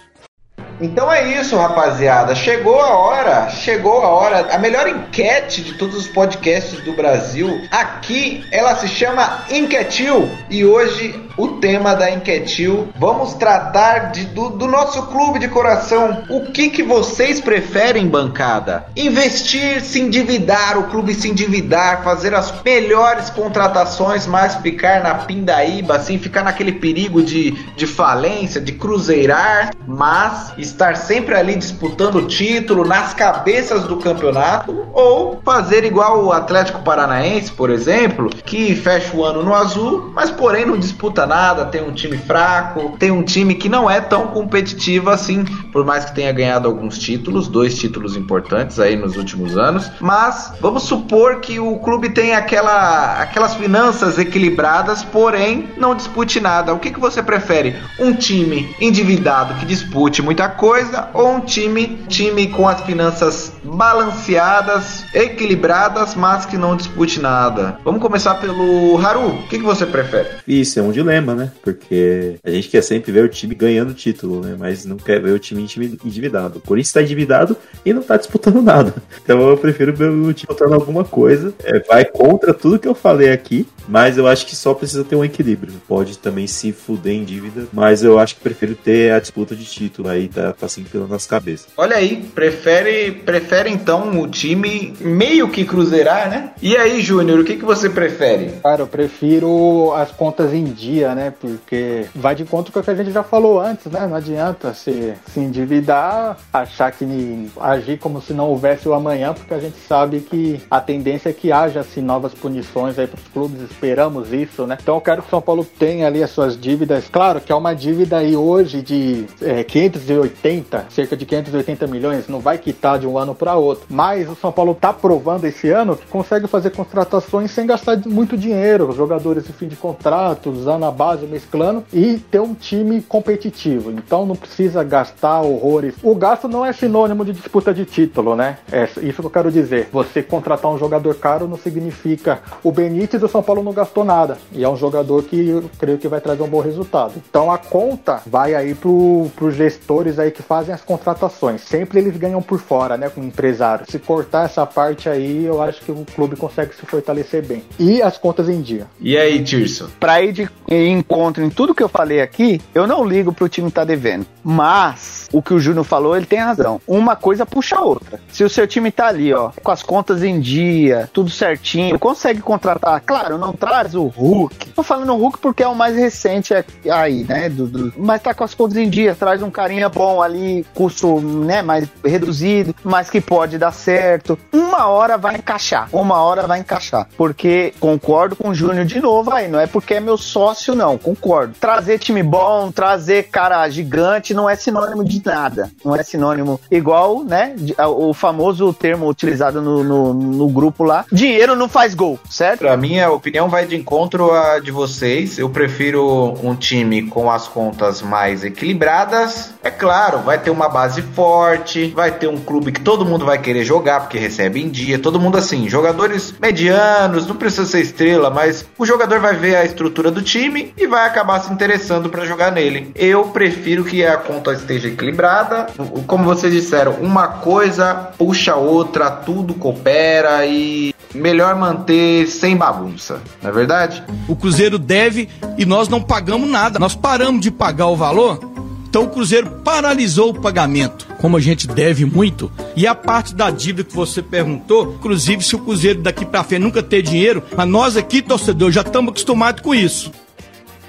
Então é isso, rapaziada. Chegou a hora, chegou a hora. A melhor enquete de todos os podcasts do Brasil. Aqui ela se chama Enquetil. E hoje o tema da Enquetil, vamos tratar de, do, do nosso clube de coração. O que, que vocês preferem, bancada? Investir, se endividar, o clube se endividar, fazer as melhores contratações, mas ficar na pindaíba, assim, ficar naquele perigo de, de falência, de cruzeirar, mas estar sempre ali disputando o título, nas cabeças do campeonato, ou fazer igual o Atlético Paranaense, por exemplo, que fecha o ano no azul, mas porém não disputa nada, tem um time fraco, tem um time que não é tão competitivo assim, por mais que tenha ganhado alguns títulos, dois títulos importantes aí nos últimos anos, mas vamos supor que o clube tem aquela, aquelas finanças equilibradas, porém não dispute nada. O que, que você prefere? Um time endividado que dispute muita coisa ou um time, time com as finanças balanceadas, equilibradas, mas que não dispute nada? Vamos começar pelo Haru. O que, que você prefere? Isso é um dilema, né? Porque a gente quer sempre ver o time ganhando título, né? Mas não quer ver o time endividado. O Corinthians está endividado e não está disputando nada. Então eu prefiro ver o time disputando alguma coisa. É, vai contra tudo que eu falei aqui, mas eu acho que só precisa ter um equilíbrio. Pode também se fuder em dívida, mas eu acho que prefiro ter a disputa de título. Aí tá, tá assim pela nossa cabeça. Olha aí, prefere, prefere então o time meio que cruzeirar, né? E aí, Júnior, o que, que você prefere? Cara, eu prefiro as contas em dia, né? Porque vai de encontro com o que a gente já falou antes, né? Não adianta se, se endividar, achar que me, agir como se não houvesse o amanhã, porque a gente sabe que a tendência é que haja assim, novas punições aí para os clubes, esperamos isso, né? Então eu quero que o São Paulo tenha ali as suas dívidas. Claro que é uma dívida aí hoje de é, quinhentos e oitenta, cerca de quinhentos e oitenta milhões, não vai quitar de um ano para outro. Mas o São Paulo tá provando esse ano que consegue fazer contratações sem gastar muito dinheiro, jogadores de fim de contrato, usando a base, mesclando, e ter um time competitivo. Então não precisa gastar horrores. O gasto não é sinônimo de disputa de título, né? É isso que eu quero dizer. Você contratar um jogador caro não significa... O Benítez do São Paulo não gastou nada. E é um jogador que eu creio que vai trazer um bom resultado. Então a conta vai aí pro, pros gestores aí que fazem as contratações. Sempre eles ganham por fora, né? Com o empresário. Se cortar essa parte aí, eu acho que o clube consegue se fortalecer bem. E as contas em dia. E aí, Tirso? Pra ir de encontro em tudo que eu falei aqui, eu não ligo pro time estar tá devendo. Mas o que o Júnior falou, ele tem razão. Uma coisa puxa a outra. Se o seu time tá ali, ó, com as contas em dia, tudo certinho, consegue contratar. Claro, não traz o Hulk. Tô falando o Hulk porque é o mais recente aí, né? Do, do... Mas tá com as contas em dia, traz um carinha bom ali, custo, né, mais reduzido, mas que pode dar certo. Uma hora vai encaixar. Uma hora vai encaixar. Porque concordo com o Júnior de novo aí. Não é porque é meu sócio, não. Concordo. Trazer time bom, trazer cara gigante não é sinônimo de nada. Não é sinônimo igual, né? O famoso termo utilizado no, no, no grupo lá. Dinheiro não faz gol, certo? A minha opinião vai de encontro à de vocês. Eu prefiro um time com as contas mais equilibradas. É claro, vai ter uma base forte, vai ter um clube que todo mundo vai querer jogar porque recebe em dia. Todo mundo assim, jogadores medianos, não precisa ser estrela, mas o jogador vai ver a estrutura do time e vai acabar se interessando para jogar nele. Eu prefiro que a conta esteja equilibrada. Como vocês disseram, uma coisa puxa a outra, tudo coopera e melhor manter sem bagunça, não é verdade? O Cruzeiro deve e nós não pagamos nada. Nós paramos de pagar o valor, então o Cruzeiro paralisou o pagamento. Como a gente deve muito, e a parte da dívida que você perguntou, inclusive se o Cruzeiro daqui pra frente nunca ter dinheiro, mas nós aqui, torcedor, já estamos acostumados com isso.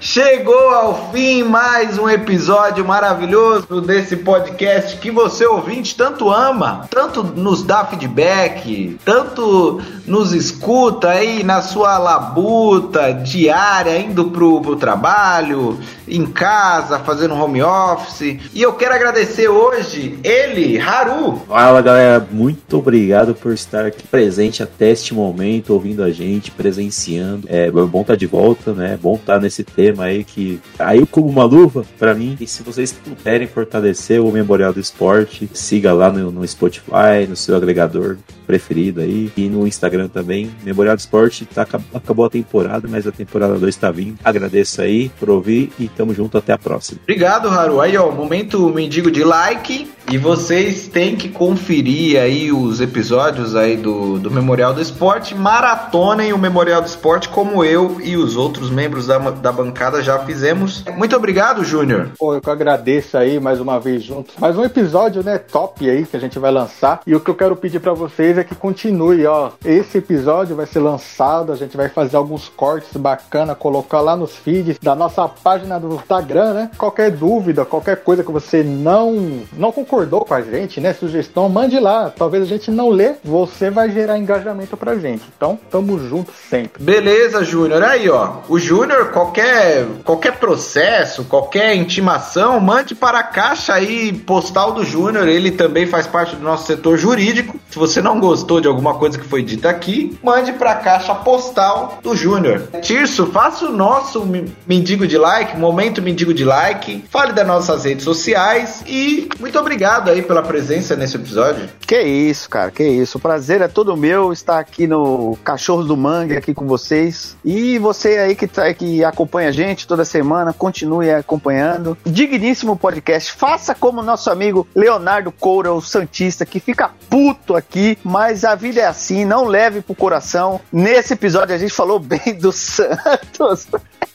Chegou ao fim mais um episódio maravilhoso desse podcast que você, ouvinte, tanto ama, tanto nos dá feedback, tanto nos escuta aí na sua labuta diária, indo pro, pro trabalho, em casa, fazendo home office. E eu quero agradecer hoje ele, Haru. Fala, galera, muito obrigado por estar aqui presente até este momento, ouvindo a gente, presenciando. É bom estar de volta, né? É bom estar nesse tema aí que caiu como uma luva pra mim. E se vocês puderem fortalecer o Memorial do Esporte, siga lá no, no Spotify, no seu agregador preferido aí, e no Instagram também. Memorial do Esporte, tá, acabou a temporada, mas a temporada dois tá vindo. Agradeço aí por ouvir e tamo junto, até a próxima. Obrigado, Haru. Aí, ó, momento mendigo de like, e vocês têm que conferir aí os episódios aí do, do Memorial do Esporte, maratonem o Memorial do Esporte como eu e os outros membros da, da bancada já fizemos. Muito obrigado, Júnior. Pô, eu que agradeço aí mais uma vez juntos. Mais um episódio, né, top aí que a gente vai lançar. E o que eu quero pedir pra vocês é que continue, ó. Esse episódio vai ser lançado, a gente vai fazer alguns cortes bacana, colocar lá nos feeds da nossa página do Instagram, né? Qualquer dúvida, qualquer coisa que você não, não concordou com a gente, né? Sugestão, mande lá. Talvez a gente não lê, você vai gerar engajamento pra gente. Então, tamo junto sempre. Beleza, Júnior. Aí, ó. O Júnior, qualquer, qualquer processo, qualquer intimação, mande para a caixa aí postal do Júnior. Ele também faz parte do nosso setor jurídico. Se você não gostou de alguma coisa que foi dita aqui, mande para a caixa postal do Júnior. Tirso, faça o nosso mendigo de like, momento mendigo de like, fale das nossas redes sociais e muito obrigado aí pela presença nesse episódio. Que isso, cara, que isso. O prazer é todo meu estar aqui no Cachorros do Mangue, aqui com vocês. E você aí que, tá, que acompanha a gente toda semana, continue acompanhando. Digníssimo podcast. Faça como nosso amigo Leonardo Coura, o Santista, que fica puto aqui, mas a vida é assim, não leve pro coração. Nesse episódio a gente falou bem do Santos.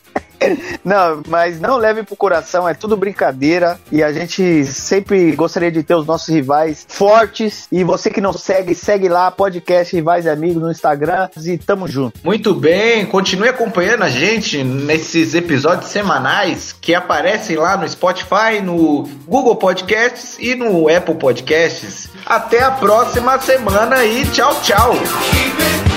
Não, mas não leve pro coração, é tudo brincadeira e a gente sempre gostaria de ter os nossos rivais fortes. E você que não segue, segue lá, podcast Rivais e Amigos no Instagram e tamo junto. Muito bem, continue acompanhando a gente nesses episódios semanais que aparecem lá no Spotify, no Google Podcasts e no Apple Podcasts. Até a próxima semana e tchau, tchau.